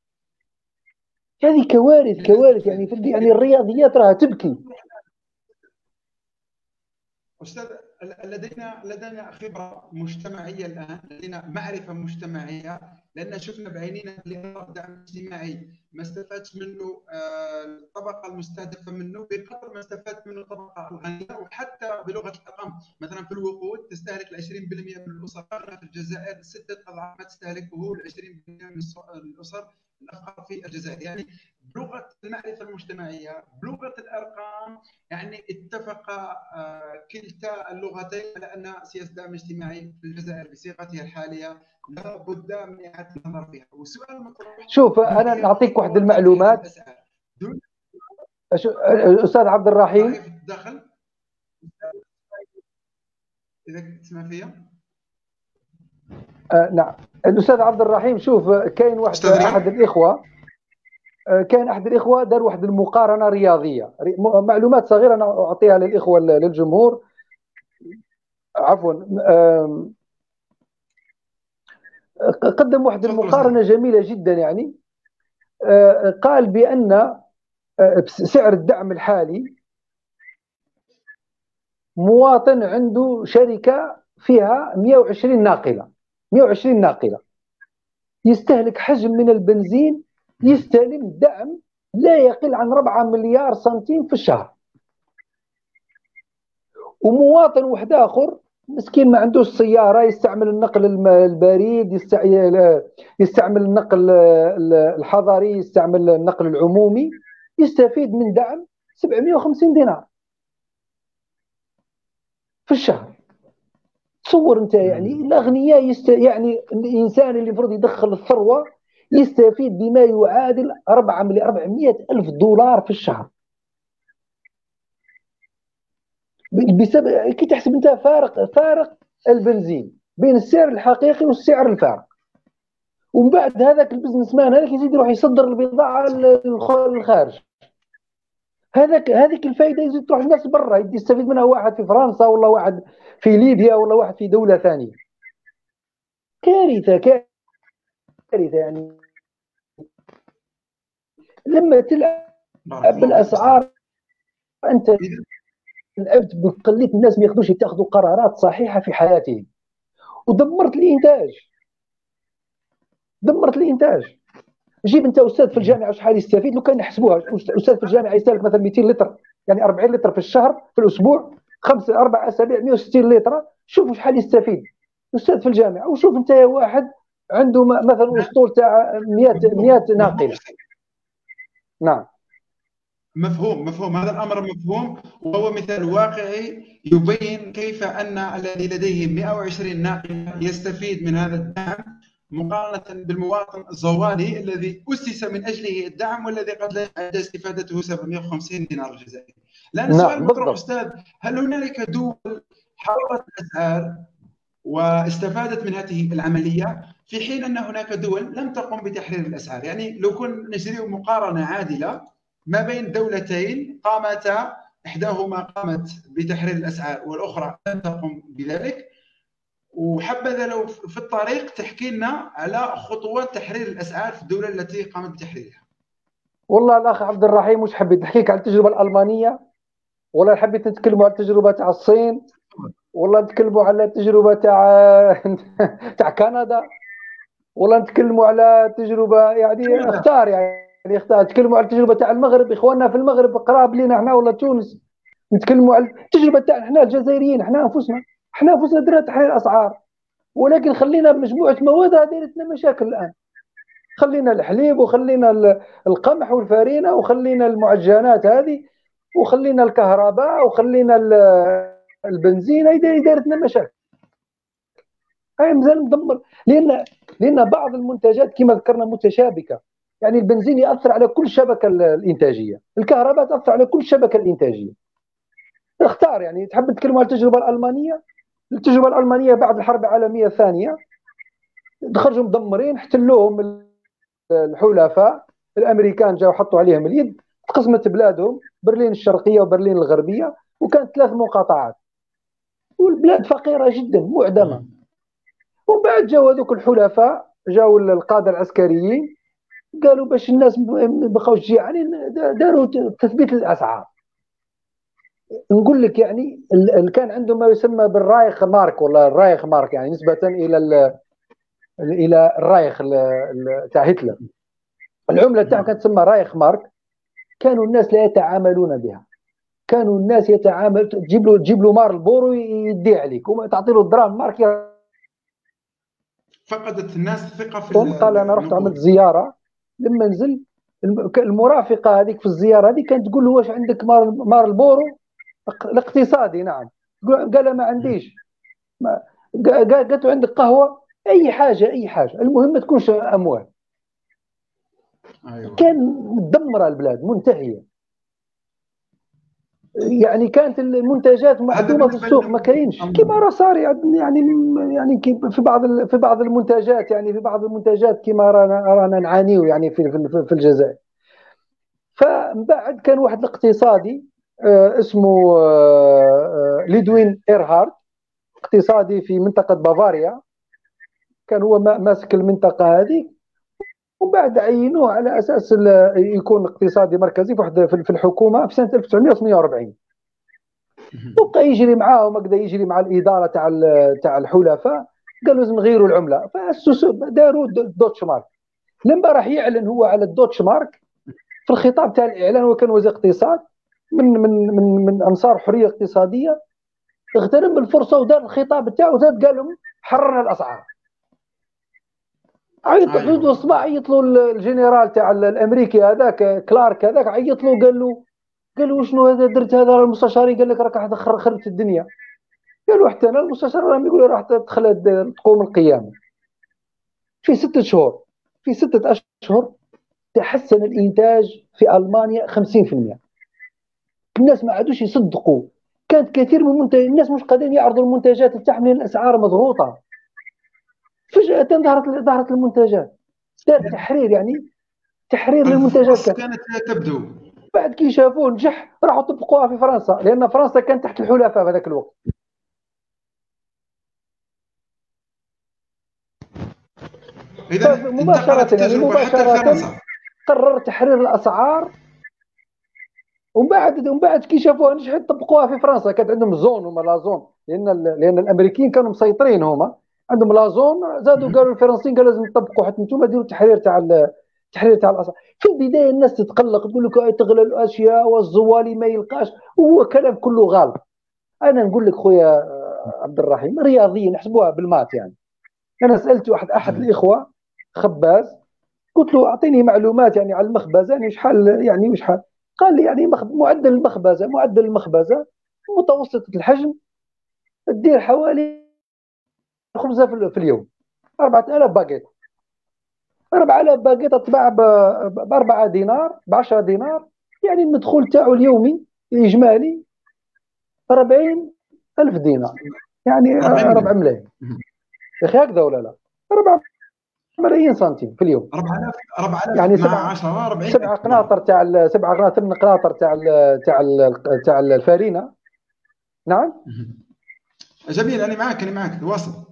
هذه كوارث يعني الرياضيات راها تبكي. أستاذ، لدينا خبرة مجتمعية الآن، لدينا معرفة مجتمعية، لأن شفنا بعينينا الدعم الاجتماعي ما استفادت منه الطبقة المستهدفة منه بقدر ما استفادت منه الطبقة الغنية. وحتى بلغة الأرقام مثلا في الوقود تستهلك 20% من الأسر في الجزائر 6 أضعاف ما تستهلكه 20% من الأسر الأفقر في الجزائر. يعني بلغة المعرفة المجتمعية بلغة الأرقام يعني اتفق كلتا اللغتين على ان سياسه الدعم الاجتماعي في الجزائر بصيغتها الحاليه لا بد من اعاده النظر فيها. والسؤال المطروح شوف انا نعطيك واحد المعلومات استاذ عبد الرحيم. الدخل اذا تسمع فيا. نعم الاستاذ عبد الرحيم شوف كاين واحد احد الاخوه دار واحد المقارنه رياضيه معلومات صغيره انا اعطيها للاخوه للجمهور عفوا. قدم واحد المقارنه جميله جدا يعني. قال بان سعر الدعم الحالي مواطن عنده شركه فيها 120 ناقله يستهلك حجم من البنزين يستلم دعم لا يقل عن 4 مليار سنتيم في الشهر. ومواطن واحد اخر مسكين ما عندوش سياره يستعمل النقل البريد يستعمل النقل الحضري يستعمل النقل العمومي يستفيد من دعم 750 دينار في الشهر. تصور انت يعني الاغنياء يعني الانسان اللي المفروض يدخل الثروه يستفيد بما يعادل 400 ألف دولار في الشهر. بسبب كي تحسب انت فارق البنزين بين السعر الحقيقي والسعر الفارق. ومن بعد هذاك البزنس مان هذاك يزيد يروح يصدر البضاعه للخارج. هذيك الفائده يزيد تروح الناس برا يستفيد منها واحد في فرنسا ولا واحد في ليبيا ولا واحد في دوله ثانيه. كارثه يعني لما تلعب بالاسعار انت لعبت بقليه الناس ما يقدروش يتخذوا قرارات صحيحه في حياتهم ودمرت الانتاج. جيب انت استاذ في الجامعه شحال يستفيد لو كان يحسبوها. استاذ في الجامعه يستهلك مثلا 200 لتر يعني 40 لتر في الشهر في الاسبوع 4 اسابيع 160 لتر. شوفوا شحال يستفيد استاذ في الجامعه وشوف انت واحد عنده مثلا اسطول تاع 100 ناقله. نعم مفهوم هذا الامر مفهوم وهو مثال واقعي يبين كيف ان الذي لديه 120 ناقله يستفيد من هذا الدعم مقارنه بالمواطن الزوالي الذي اسس من اجله الدعم والذي قد لا يعد استفادته 750 دينار جزائري. الان السؤال المطروح استاذ، هل هنالك دول حررت الاسعار واستفادت من هذه العمليه في حين أن هناك دول لم تقم بتحرير الأسعار. يعني لو كنا نجري مقارنة عادلة ما بين دولتين قامتا، إحداهما قامت بتحرير الأسعار والأخرى لم تقم بذلك، وحبذا لو في الطريق تحكي لنا على خطوات تحرير الأسعار في الدولة التي قامت بتحريرها. والله الأخ عبد الرحيم مش حبيت نحكيك على التجربة الألمانية، ولا حبيت نتكلموا على التجربة تاع الصين، ولا نتكلموا على التجربة تاع تاع كندا، ولا نتكلموا على تجربة يعني اختار، يعني اختار. نتكلموا على التجربة تاع المغرب، إخواننا في المغرب قراب لنا احنا، ولا تونس. نتكلموا على التجربة تاع احنا الجزائريين، احنا أنفسنا درنا تحرير أسعار، ولكن خلينا بمجموعة مواد دايرة لنا مشاكل الآن. خلينا الحليب، وخلينا القمح والفارينة، وخلينا المعجنات هذه، وخلينا الكهرباء، وخلينا البنزين، هي دايرة لنا مشاكل. هاي مازال مدمر، لان بعض المنتجات كما ذكرنا متشابكه. يعني البنزين ياثر على كل الشبكه الانتاجيه، الكهرباء تاثر على كل الشبكه الانتاجيه. اختار. يعني تحب نتكلموا على التجربه الالمانيه؟ التجربه الالمانيه بعد الحرب العالميه الثانيه خرجوا مدمرين، احتلوهم الحلفاء الامريكان، جاوا حطوا عليهم اليد، تقسمت بلادهم، برلين الشرقيه وبرلين الغربيه، وكانت 3 مقاطعات، والبلاد فقيره جدا معدمه. ومن بعد جاوا هذوك الحلفاء، جاوا القاده العسكريين، قالوا باش الناس ما بقاوش جيعانين، داروا تثبيت الاسعار. نقول لك يعني كان عندهم ما يسمى بالرايخ مارك، ولا الرايخ مارك، يعني نسبه الى الرايخ تاع هتلر. العمله تاعهم كانت تسمى رايخ مارك. كانوا الناس لا يتعاملون بها، كانوا الناس يتعامل، تجيب له مار البورو يدي عليك، وما تعطي له الدراهم مارك. فقدت الناس الثقة في قال انا رحت عملت زياره، لما نزل المرافقه هذيك في الزياره هذه كانت تقول له واش عندك مار البورو الاقتصادي؟ نعم. قال ما عنديش. قالت له عندك قهوه؟ اي حاجه، اي حاجه، المهم ما تكونش اموال. أيوة. كان مدمره البلاد، منتهيه. يعني كانت المنتجات معدومه في السوق، ما كاينش كما راه صار. يعني في بعض المنتجات، يعني في بعض المنتجات كما رانا نعانيو يعني في الجزائر. فمن بعد كان واحد الاقتصادي اسمه ليدوين إيرهارد، اقتصادي في منطقة بافاريا، كان هو ماسك المنطقة هذه. ومن بعد عينوه على أساس يكون اقتصادي مركزي في الحكومة في سنة 1948. بقى يجري معاهم، هكذا يجري مع الإدارة تاع الحلفاء. قالوا لازم نغيروا العملة، فأسسوا داروا دوتش مارك. لما راح يعلن هو على الدوتش مارك في الخطاب تاع الإعلان، وكان وزير اقتصاد من أنصار حرية اقتصادية، اغتنم بالفرصة ودار الخطاب تاعو، زاد قال لهم حررنا الأسعار. عيط حدود الصباح، عيط له الجنرال تاع الامريكي هذاك كلارك هذاك، عيط له قال له شنو هذا درت؟ هذا المستشاري قال لك راك خربت الدنيا. قال له حتى انا المستشار راهم يقول راح تقوم القيامه. في 6 شهور، في 6 اشهر تحسن الانتاج في المانيا 50%. الناس ما عادوش يصدقوا. كانت كثير من الناس مش قادرين يعرضوا المنتجات تاعهم لان الاسعار مضغوطه. فجاه ظهرت المنتجات، دار تحرير، يعني تحرير للمنتجات كانت تبدو. بعد كي شافوه نجح راحوا طبقوها في فرنسا، لان فرنسا كانت تحت الحلفاء في هذاك الوقت. إذا انتقلت التجربة حتى فرنسا، قرر تحرير الاسعار. ومن بعد كي شافوها نجحت طبقوها في فرنسا. كانت عندهم زون، هما لا زون، لان الامريكيين كانوا مسيطرين، هما عندهم لا زون. زادوا قالوا الفرنسيين قالوا لازم تطبقوا حتى انتم ديروا تحرير تاع الاسعار. في البدايه الناس تتقلق، تقول لك تغلى الاشياء والزوالي ما يلقاش، وهو كلام كله غلط. انا نقول لك خويا عبد الرحيم، رياضيا نحسبوها بالمات. يعني انا سالت احد الاخوه خباز، قلت له اعطيني معلومات يعني على المخبزه، يعني شحال يعني وشحال. قال لي يعني معدل المخبزه متوسطه الحجم تدير حوالي خبزه في اليوم 4000 باكيت. 4000 باكيت تطبع ب 4 دينار، ب 10 دينار، يعني المدخول تاعو اليومي الاجمالي 40,000 دينار، يعني 4 ملايين. يا اخي هكذا ولا لا؟ ملايين سنتيم في اليوم. 4000 يعني مع 10 40 7 قناطر تاع 8 قناطر تاع الفارينه. نعم. جميل، انا معك انا معك، واصل.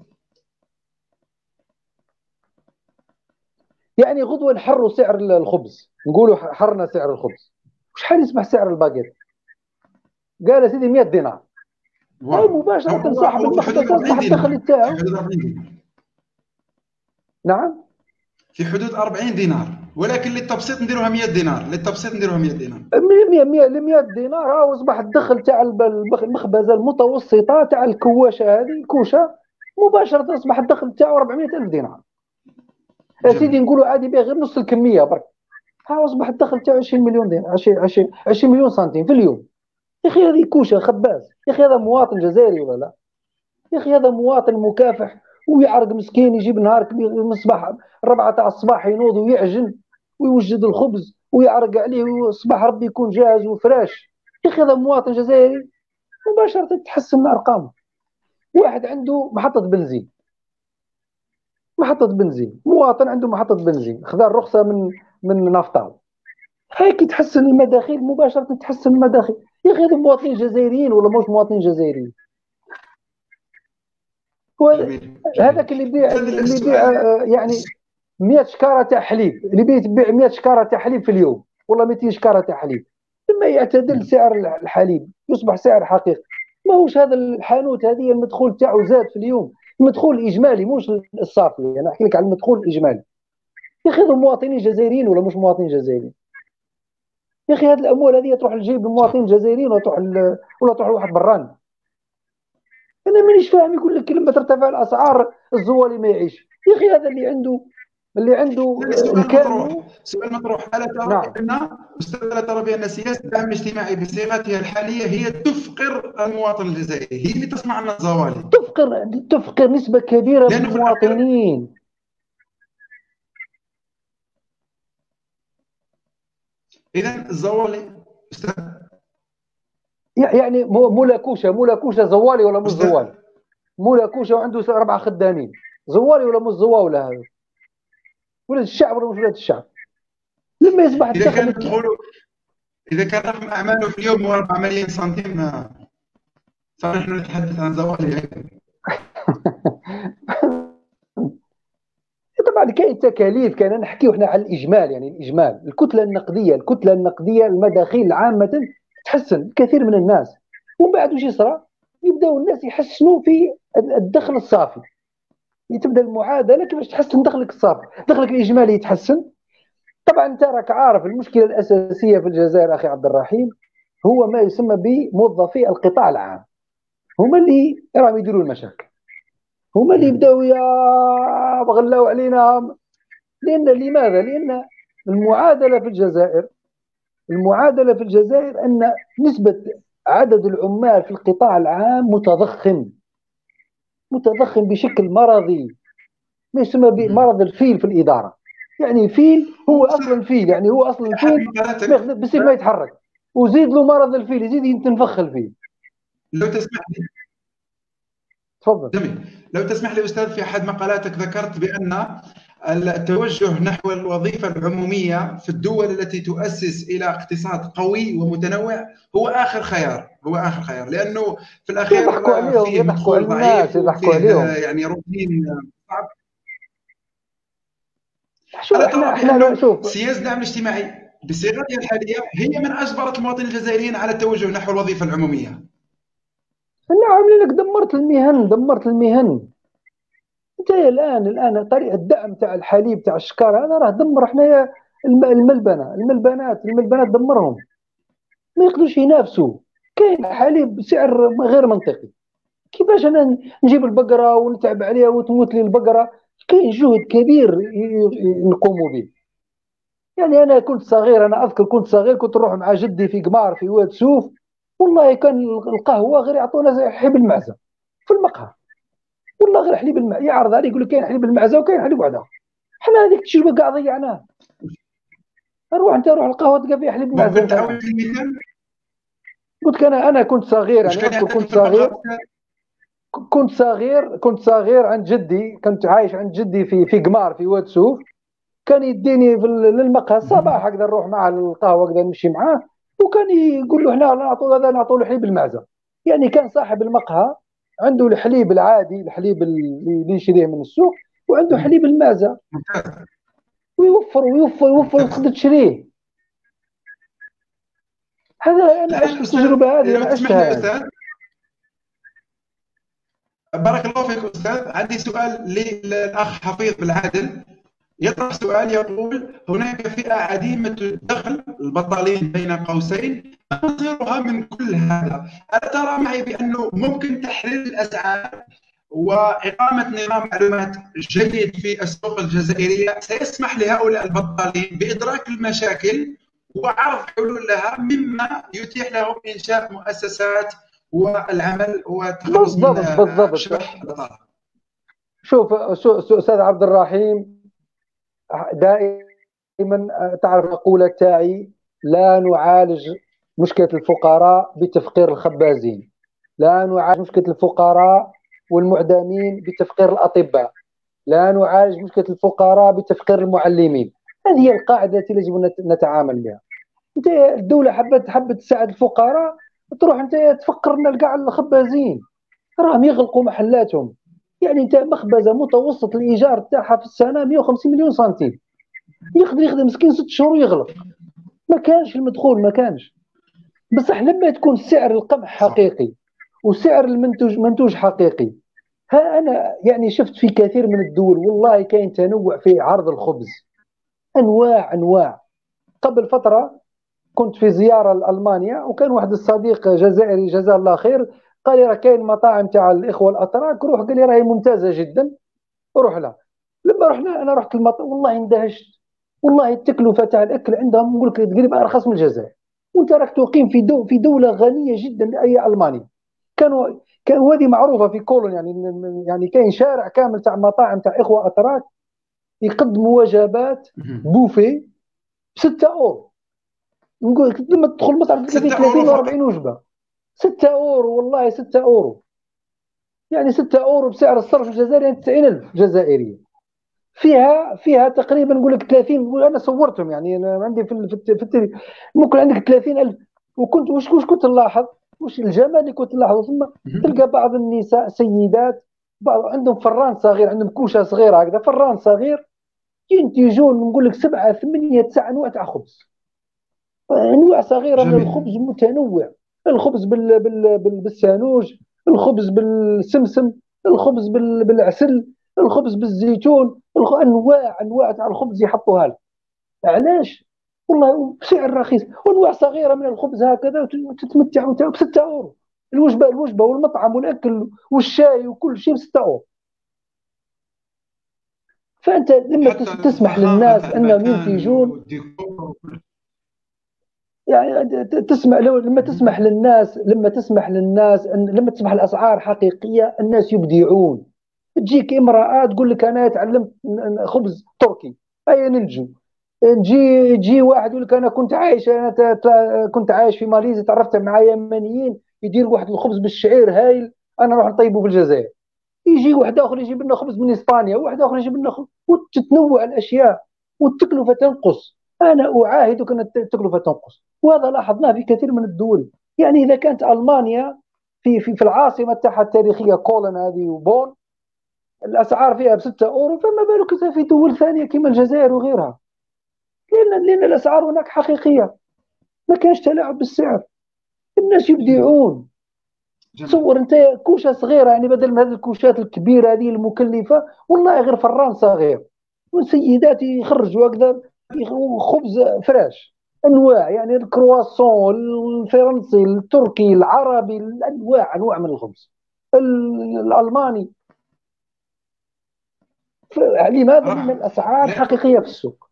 يعني غدوه نحروا سعر الخبز، نقولوا حرنا سعر الخبز، وشحال يصبح سعر الباكيت؟ قال سيدي 100 دينار. هاي واو، مباشره صاحب هو في حدود المخبز اصبح 40 الدخل دينار في تاعو. حدود 40 دينار نعم. في حدود 40 دينار، ولكن للتبسيط نديروها 100 دينار، للتبسيط نديروها 100 دينار. 100 دينار ها اصبح الدخل تاع المخبزه المتوسطه تاع الكواشه هذه الكوشه، مباشره اصبح الدخل تاعو 400 الف دينار. يا سيدي جميل. نقولوا عادي بها غير نص الكميه برك، ها اصبح الدخل تاعو 20 مليون دينار، 20 مليون سنتيم في اليوم. يا اخي هذه كوشه خباز، يا اخي هذا مواطن جزائري ولا لا؟ يا اخي هذا مواطن مكافح ويعرق مسكين، يجيب نهار كبير من الصباح 4 تاع الصباح ينوض ويعجن ويوجد الخبز ويعرق عليه، وصباح ربي يكون جاهز وفراش. يا اخي هذا مواطن جزائري، مباشره تحسن ارقامه. واحد عنده محطه بنزين، مواطن عنده محطه بنزين خذ الرخصه من نفطال، هيك يتحسن المداخيل، مباشره تتحسن المداخيل. يا اخي هذو مواطنين جزائريين ولا مش مواطنين جزائريين؟ جميل هذاك جميل. اللي يبيع السؤال، يعني 100 شكاره تاع حليب، اللي يبيع 100 شكاره تاع حليب في اليوم ولا 200 شكاره تاع حليب، لما يعتدل سعر الحليب يصبح سعر حقيقي. ما هوش هذا الحانوت هذه المدخول تاعو زاد في اليوم، المدخول الاجمالي مش الصافي، انا يعني احكي لك على المدخول الاجمالي. يا اخي هذو مواطنين جزائريين ولا مش مواطنين جزائريين؟ يا اخي هذه الاموال هذه تروح لجيب المواطنين الجزائريين ولا تروح لواحد براني. انا مانيش فاهم، يقول لك لما ترتفع الاسعار الزوالي ما يعيش. يا اخي هذا اللي عنده لا، سؤال مطروح، امكانه. سؤال مطروح. الا ترى نعم. بان استاذ، الا ترى بان سياسه الدعم الاجتماعي بصيغتها الحاليه هي تفقر المواطن الجزائري، هي اللي تصنع لنا الزوالي. تفقر نسبه كبيره من لانه في الاخير، المواطنين. اذا الزوالي استاذ، يعني مولا كوشه زوالي ولا مش استاذ زوالي؟ مولا كوشه وعنده 4 خدامين، زوالي ولا مش زوالي هذا؟ ولاد الشعب ولا مش ولاد الشعب؟ لما يصبح اذا كان الدخل مدخوله، اذا كان رقم اعماله في اليوم هو 4 ملايين سنتيم، فنحن نتحدث عن زوالي ايضا. طبعا كاين تكاليف، كان نحكيو احنا على الاجمال، يعني الاجمال الكتله النقديه المداخيل عامه تحسن كثير من الناس. ومن بعد وش يصرى؟ يبداو الناس يحسنوا في الدخل الصافي، تبدا المعادله كيفاش تحسن دخلك الصافي، دخلك الاجمالي يتحسن. طبعا انت راك عارف المشكله الاساسيه في الجزائر اخي عبد الرحيم هو ما يسمى بموظفي القطاع العام، هما اللي راهم يديروا المشاكل، هما اللي يبداو يا غلاو علينا. لماذا؟ لأن المعادلة في الجزائر أن نسبة عدد العمال في القطاع العام متضخم بشكل مرضي، ما يسمى بمرض الفيل في الإدارة. يعني فيل هو أصلا الفيل، يعني هو أصلا احد الفيل مقالاتك، بس ما يتحرك، وزيد له مرض الفيل يزيد يتنفخ الفيل. لو تسمح لي. تفضل. جميل. لو تسمح لي أستاذ، في أحد مقالاتك ذكرت بأن التوجه نحو الوظيفة العمومية في الدول التي تؤسس إلى اقتصاد قوي ومتنوع هو آخر خيار، لأنه في الأخير يضحكوا عليهم، فيه يضحكوا على مدخول الناس، ضعيف يضحكوا وفيه عليهم. يعني روتين صعب. شوف ألا ترى احنا بأنه شوف. سياسة الدعم الاجتماعي بصيغتها الحالية هي من أجبرت المواطنين الجزائريين على التوجه نحو الوظيفة العمومية؟ انا عاملين لك دمرت المهن. انت الان طريقه الدعم تاع الحليب تاع الشكاره هذا راه دمر حنايا. الملبنات دمرهم، ما يقدروش ينافسوا. كاين حليب بسعر غير منطقي، كيفاش انا نجيب البقره ونتعب عليها وتموت لي البقره؟ كاين جهد كبير نقوموا به. يعني انا كنت صغير، انا اذكر كنت صغير كنت نروح مع جدي في قمار في واد سوف، والله كان القهوه غير يعطونا زي حليب المعزه في المقهى، والله غير حليب المعزه يعرض عليه يقول لك كاين حليب المعزه وكاين حليب وحده. احنا هذيك التجربه كاع ضيعناها. روح القهوه تلقى فيها حليب المعزه ممكن انت تعود الان. لي المثال؟ قلت لك انا كنت صغير، وش يعني كان اذكر يعطيكم كنت في المقهى صغير. أستاذ؟ كنت صغير عند جدي، كنت عايش عند جدي في قمار في واد سوف. كان يديني للمقهى الصباح هكذا، نروح معاه للقهوه هكذا، نمشي معاه. وكان يقول له احنا نعطوا هذا، نعطوا له حليب المعزه. يعني كان صاحب المقهى عنده الحليب العادي، الحليب اللي يشريه من السوق، وعنده حليب المعزه، ممتاز. ويوفر ويوفر ويوفر ممتاز. وتقدر تشريه. هذا انا الآن عشت أستاذ، التجربه هذه، لو انا تسمح لي عشتها هذه. أستاذ، بارك الله فيك أستاذ، عندي سؤال للأخ حفيظ بالعادل. يطرح سؤال يقول: هناك فئة عديمة الدخل، البطالين بين قوسين، ما مصيرها من كل هذا؟ ألا ترى معي بأنه ممكن تحرير الأسعار وإقامة نظام معلومات جيد في السوق الجزائرية سيسمح لهؤلاء البطالين بإدراك المشاكل وعرض حلول لها، مما يتيح لهم إنشاء مؤسسات والعمل والتخلص من بالضبط بالضبط. شبح البطالة؟ شوف استاذ عبد الرحيم، دائما تعرف المقولة تاعي: لا نعالج مشكلة الفقراء بتفقير الخبازين، لا نعالج مشكلة الفقراء والمعدمين بتفقير الأطباء، لا نعالج مشكلة الفقراء بتفقير المعلمين. هذه هي القاعدة التي يجب أن نتعامل بها. انت الدولة حبت تساعد الفقراء، تروح انت تفقر لنا كاع الخبازين، راهم يغلقوا محلاتهم. يعني انت مخبزة متوسط الإيجار تاعها في السنة 150 مليون سنتيم، يقدر يخدم مسكين 6 شهور ويغلق. ما كانش المدخول، ما كانش. بصح لما تكون سعر القمح صح. حقيقي وسعر منتوج حقيقي. ها انا يعني شفت في كثير من الدول والله كاين تنوع في عرض الخبز، انواع انواع. قبل فتره كنت في زياره لالمانيا، وكان واحد الصديق جزائري جزاه الله خير قال لي: راه كاين مطاعم تاع الاخوه الاتراك، روح. قال لي: راهي ممتازه جدا، روح لها. لما رحنا، انا رحت المطعم والله اندهشت. والله التكلفه تاع الاكل عندهم نقول لك تقريبا ارخص من الجزائر، وانت راك تقيم في دوله غنيه جدا اي المانيا. كانوا هذه معروفه في كولون، يعني كاين شارع كامل تاع مطاعم تاع اخوه اتراك يقدموا وجبات بوفي ب 6 اورو. نقول لك لما تدخل مطعم تلقى فيه 6 30 أورو و 40 فقط؟ وجبه. 6 اورو والله، 6 اورو. يعني 6 اورو بسعر الصرف الجزائري يعني 90,000 جزائريه. فيها تقريبا نقول لك 30، انا صورتهم يعني، انا عندي ممكن عندك 30,000. وكنت وش كنت نلاحظ؟ وش الجمال اللي كنت نلاحظه؟ ثم تلقى بعض النساء سيدات، بعض عندهم فران صغير، عندهم كوشه صغيره هكذا، فران صغير، ينتجون نقول لك 7 8 9 انواع تاع خبز، انواع صغيره من جميل. الخبز متنوع. الخبز بالسانوج، الخبز بالسمسم، الخبز بالعسل، الخبز بالزيتون، انواع تاع الخبز يحطوها لك. علاش؟ والله بسعر رخيص، وانواع صغيره من الخبز هكذا، وتتمتع ب 6 اورو. الوجبه والمطعم والاكل والشاي وكل شيء ب 6 اورو. فانت لما حتى تسمح الفخامة للناس تاع انهم المكان ينتجون، والديكور. يعني لما تسمح الاسعار حقيقيه، الناس يبدعون. تجيك امراه تقول لك: انا تعلمت خبز تركي، اي ننجو. تجي واحد يقول لك: انا كنت عايش في ماليزيا، تعرفت مع يمنيين يدير واحد الخبز بالشعير هايل، انا نروح نطيبه في الجزائر. يجي واحد اخر يجيب لنا خبز من اسبانيا، واحد اخر يجيب لنا خبز، وتتنوع الاشياء والتكلفه تنقص. انا اعاهدك ان التكلفه تنقص، وهذا لاحظناه في كثير من الدول. يعني اذا كانت المانيا في العاصمه تاعها التاريخيه كولن هذه وبون الاسعار فيها ب 6 اورو، فما بالك إذا في دول ثانيه كما الجزائر وغيرها. لان الاسعار هناك حقيقيه، ما كانش تلاعب بالسعر، الناس جميل. يبدعون. جميل. تصور انت كوشه صغيره، يعني بدل من هذه الكوشات الكبيره هذه المكلفه، والله غير فران صغير، والسيدات يخرجوا هكذا خبز فراش، انواع يعني الكرواسون، الفرنسي، التركي، العربي، انواع من الخبز، الالماني. لماذا؟ لان رائع. الاسعار لا، حقيقيه في السوق.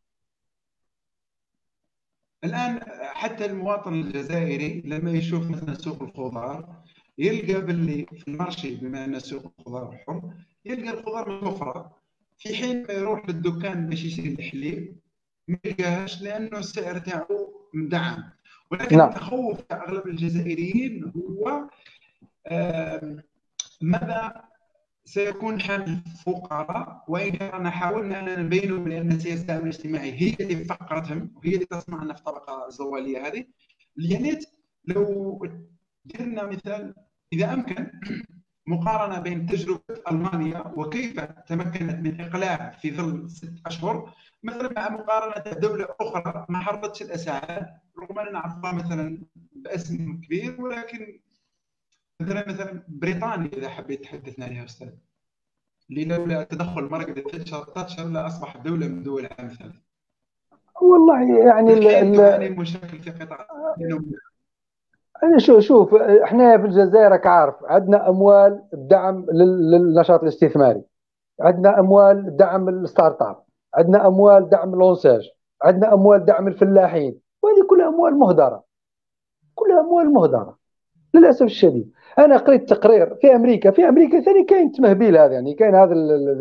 الآن حتى المواطن الجزائري لما يشوف مثلا سوق الخضار، يلقى باللي في المارشي، بما أن سوق الخضار حر، يلقى الخضار متوفرة، في حين ما يروح للدكان باش يشري الحليب ما يلقاهاش لأنه السعر تاعو مدعم. ولكن نعم. التخوف تاع أغلب الجزائريين هو ماذا سيكون حال الفقراء؟ وإن كان حاولنا أن نبين بأن السياسة التأمين الاجتماعي هي اللي فقرتهم وهي اللي تصنعنا في الطبقة الزوالية هذه. لينيت لو درنا مثال، إذا أمكن مقارنة بين تجربة ألمانيا وكيف تمكنت من إقلاع في ظل 6 أشهر مثلا مع مقارنة دولة أخرى ما حرضتش الأسعار رغم أننا نعرفها مثلا باسم كبير، ولكن مثلا بريطانيا إذا حبيت تحدثنا عليها أستاذ، اللي لولا تدخل مارغريت تاتشر لا أصبحت دولة من دول العالم الثالث. والله يعني الحين تعاني مشاكل في قطاع أنا شوف احنا في الجزائر راك عارف عندنا اموال الدعم للنشاط الاستثماري، عندنا اموال دعم الستارت اب، عندنا اموال دعم الانساج، عندنا اموال دعم الفلاحين، وهذه كلها اموال مهدره، كلها اموال مهدره للاسف الشديد. انا قريت تقرير في امريكا، ثاني كاين التمهبيل هذا، يعني كاين هذا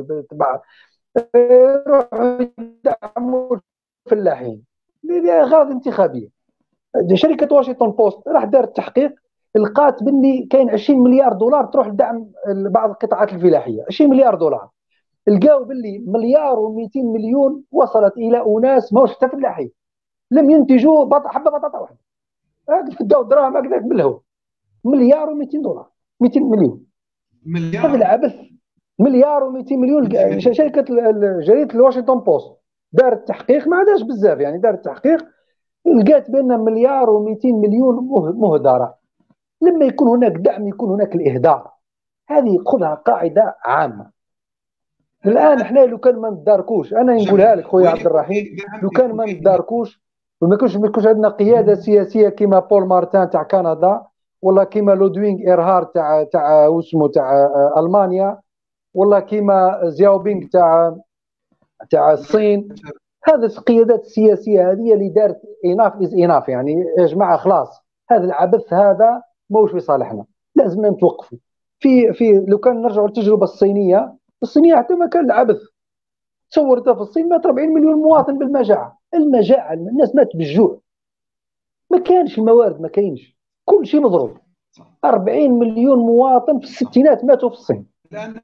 يروحوا يدعموا الفلاحين لاغراض انتخابيه. شركه واشنطن بوست راح دارت تحقيق، لقات باللي كاين 20 مليار دولار تروح لدعم بعض القطاعات الفلاحيه، 20 مليار دولار. لقاو باللي مليار و200 مليون وصلت الى اناس ماهوش حتى فلاحين، لم ينتجوا حبه بطاطا واحده، داو دراهم هكذا بالهو. مليار و200 دولار، 200 مليون، هذا مليار العبث. مليار و200 مليون. 200 مليون شركه جريده الواشنطن بوست دارت تحقيق، ما عادش بزاف يعني، دارت تحقيق لقات بان مليار و200 مليون مهدره. لما يكون هناك دعم يكون هناك الاهدار، هذه خذها قاعده عامه. الان احنا لو كان ما نداركوش، انا نقولها جميل. لك خويا وين عبد يكون الرحيم، فيه دعم لو كان يكون ما فيه نداركوش وما يكونش عندنا قياده سياسيه كما بول مارتان تاع كندا، ولا كما لودوينغ ايرهارد تاع واسمه تاع المانيا، ولا كما زياو بينغ تاع الصين. هذه القيادات السياسيه هذه اللي دارت اناف از اناف، يعني يا جماعه خلاص هذا العبث هذا موش في صالحنا، لازم نتوقفوا. في لو كان نرجعوا للتجربه الصينيه، حتى ما كان العبث. تصور في الصين مات 40 مليون مواطن بالمجاعه، المجاعه الناس ماتت بالجوع، ما كانش الموارد، ما كاينش، كل شيء مضروب. 40 مليون مواطن في الستينات ماتوا في الصين. الآن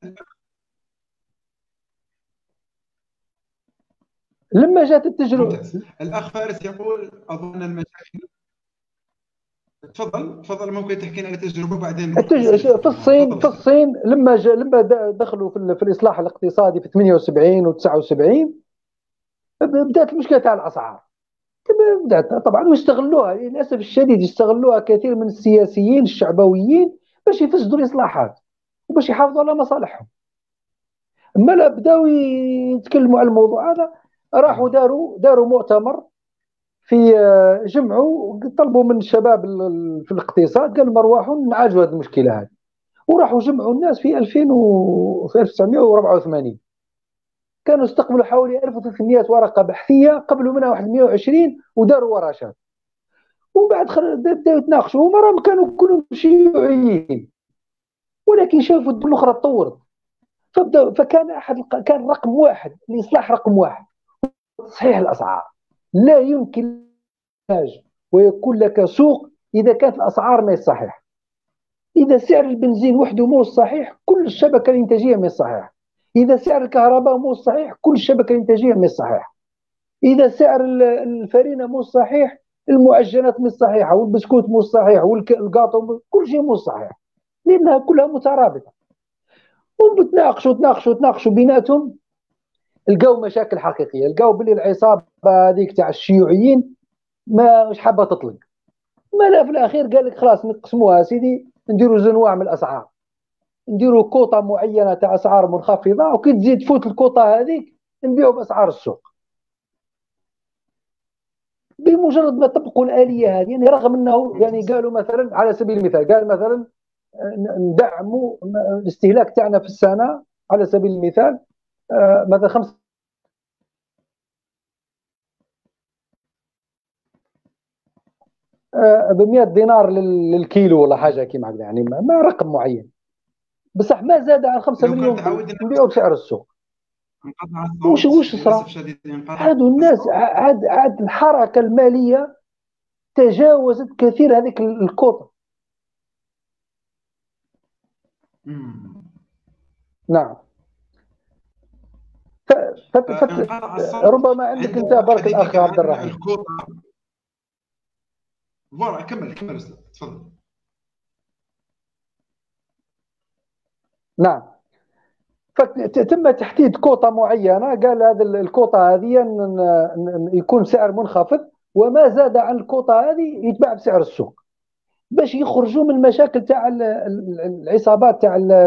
لما جات التجربه، ممتاز. الأخ فارس يقول أظن المشاكل. تفضل ممكن تحكي لنا التجربة وبعدين نروح للأسئلة. في تفضل. الصين لما دخلوا في الاصلاح الاقتصادي في 78 و79، بدات المشكله تاع الاسعار. بدات طبعا واستغلوها للاسف الشديد، استغلوها كثير من السياسيين الشعبويين باش يفسدوا الاصلاحات وباش يحافظوا على مصالحهم. اما لا بداوا يتكلموا على الموضوع هذا، راحوا داروا مؤتمر في جمعوا طلبوا من الشباب في الاقتصاد، قالوا نروحوا نعالجوا هذه المشكله هذه. وراحوا جمعوا الناس في 2000 في 1984، كانوا استقبلوا حوالي 1300 ورقه بحثيه، قبلوا منها واحد 120 وداروا ورشات. ومن بعد بداوا يتناقشوا، هما راهم كانوا كلهم شيوعيين، ولكن شافوا الدول الاخرى تطورت، فكان كان رقم واحد الاصلاح، رقم واحد تصحيح الاسعار. لا يمكن ويكون لك سوق اذا كانت الاسعار ما صحيحه. اذا سعر البنزين وحده مو صحيح كل الشبكه الانتاجيه مش صحيحه. اذا سعر الكهرباء مو صحيح كل الشبكه الانتاجيه مش صحيحه. اذا سعر الفرينه مو صحيح المعجنات مش صحيحه، والبسكوت مو صحيح، والقاطو كل شيء مو صحيح، لانها كلها مترابطه. وتناقشوا بيناتهم، لقاو مشاكل حقيقيه، لقاو باللي العصابه هذيك تاع الشيوعيين ما مش حابه تطلق. ما لا في الاخير قال لك خلاص نقسموها سيدي، نديروا زنواع من الاسعار، نديروا كوطه معينه تاع اسعار منخفضه، وكي تزيد تفوت الكوطه هذيك نبيعوا باسعار السوق. بمجرد ما طبقوا الاليه هذه، يعني رغم انه يعني قالوا مثلا على سبيل المثال، قال مثلا ندعموا الاستهلاك تاعنا في السنه على سبيل المثال مثلا 5 ب 100 دينار للكيلو ولا حاجه كيما هكذا، يعني ما رقم معين، بصح ما زاد عن 5 لو كان مليون تعودنا نبيعوا بسعر السوق. انقطع وش الصوت للأسف صرا؟ الشديد، انقطع هادو الناس الصوت. عاد الحركه الماليه تجاوزت كثير هذيك الكوطه. مم. نعم. ف... انقطع الصوت ربما عندك عند انت بارك الاخ حديثك عبد عن الرحيم. الكوطة. فوالا، كمل أستاذ، تفضل. نعم. فتم تحديد كوطة معينة، قال هذه الكوطة هذه يكون سعر منخفض، وما زاد عن الكوطة هذه يتباع بسعر السوق، باش يخرجوا من المشاكل تاع العصابات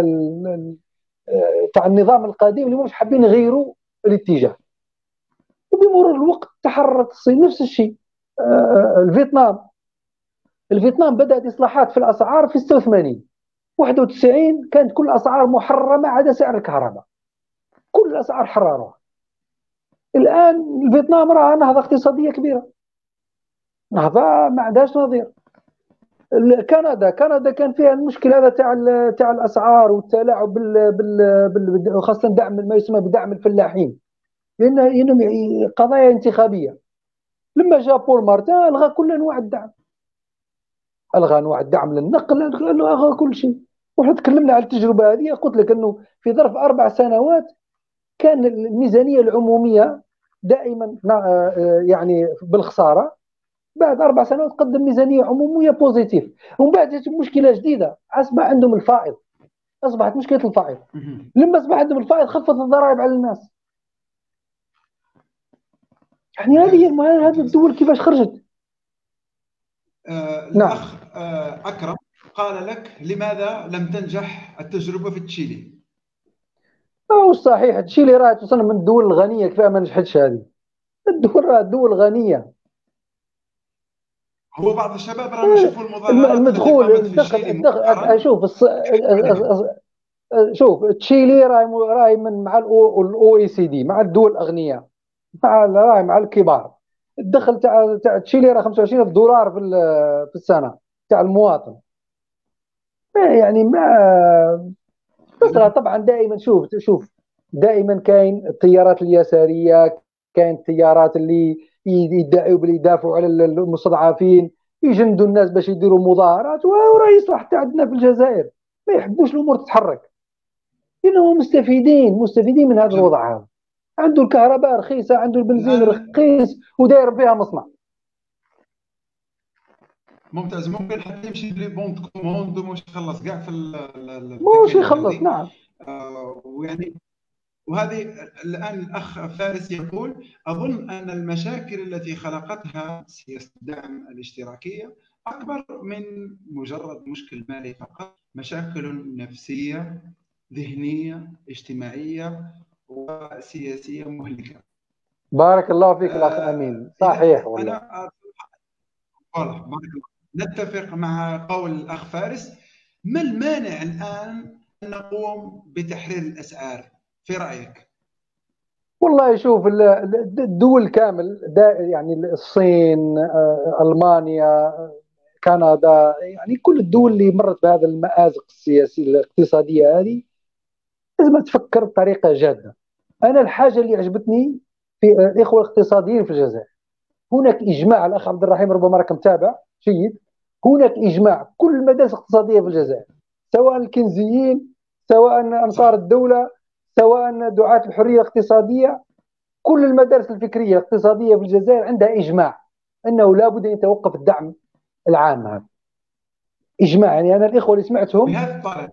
تاع النظام القديم اللي مش حابين يغيروا الاتجاه. وبمرور الوقت تحررت الصين نفس الشيء. الفيتنام بدأت إصلاحات في الأسعار في 86. 91 كانت كل الأسعار محرمة عدا سعر الكهرباء، كل الأسعار حرروها. الآن الفيتنام راه نهضة اقتصادية كبيرة، نهضة ما عندهاش نظير. كندا كان فيها المشكل هذا تاع الأسعار والتلاعب خاصة دعم ما يسمى بدعم الفلاحين، لأنهم قضايا انتخابية. لما جاء بول مارتان ألغى كل أنواع الدعم، ألغى أنواع الدعم للنقل، ألغى كل شيء. وحنا تكلمنا على التجربة هذه، قلت لك أنه في ظرف 4 سنوات كان الميزانية العمومية دائما يعني بالخسارة. بعد 4 سنوات قدم ميزانية عمومية بوزيتيف، ومن بعد جات مشكلة جديدة، أصبح عندهم الفائض، أصبحت مشكلة الفائض. لما أصبح عندهم الفائض خفض الضرائب على الناس. يعني هذه الدول كيفاش خرجت. الأخ أكرم قال لك لماذا لم تنجح التجربة في تشيلي؟ هو صحيح، تشيلي راه تصنف من الدول الغنية، كيف ما نجحتش هذه الدول؟ راه الدول غنية. هو بعض الشباب راهم يشوفوا المظاهرات التي المدخول قامت في تشيلي مؤخرا. شوف تشيلي راهي من مع الاو اي سي دي، مع الدول الاغنياء، راهي مع الكبار. الدخل تاع تشيلي راه 25 دولار في السنه تاع المواطن. يعني ما تصرى طبعا دائما. شوف دائما كاين التيارات اليساريه، كاين التيارات اللي يدعوا باللي يدافعوا على المستضعفين، يجندوا الناس باش يديروا مظاهرات. وراه يصلح حتى عندنا في الجزائر ما يحبوش الامور تتحرك، لانهم مستفيدين من هذا الوضع هذا. عنده الكهرباء رخيصه، عنده البنزين الآن رخيص، وداير فيها مصنع. ممتاز، ممكن حتى يمشي بلي بونت كوموند ومش يخلص كاع في مش التكاليف يخلص. هذه. نعم. ويعني وهذه الآن الأخ فارس يقول: أظن أن المشاكل التي خلقتها سياسة الدعم الاشتراكية أكبر من مجرد مشكل مالي فقط، مشاكل نفسية، ذهنية، اجتماعية وسياسية مهلكة. بارك الله فيك الاخ امين، إذا صحيح والله. أنا بارك الله، نتفق مع قول الأخ فارس. ما المانع الآن أن نقوم بتحرير الأسعار في رأيك؟ والله شوف الدول كامل يعني الصين، المانيا، كندا، يعني كل الدول اللي مرت بهذا المآزق السياسية الاقتصادية هذه لازم تفكر بطريقة جادة. أنا الحاجة اللي عجبتني في الإخوة الاقتصاديين في الجزائر، هناك إجماع. الأخ عبد الرحيم ربما راك متابع جيد. هناك إجماع كل المدارس الاقتصادية في الجزائر، سواء الكنزيين، سواء أنصار صح. الدولة، سواء دعاة الحرية الاقتصادية. كل المدارس الفكرية الاقتصادية في الجزائر عندها إجماع أنه لا بد أن يتوقف الدعم العام هذا. إجماع. يعني أنا الإخوة اللي سمعتهم بهذه الطريقة.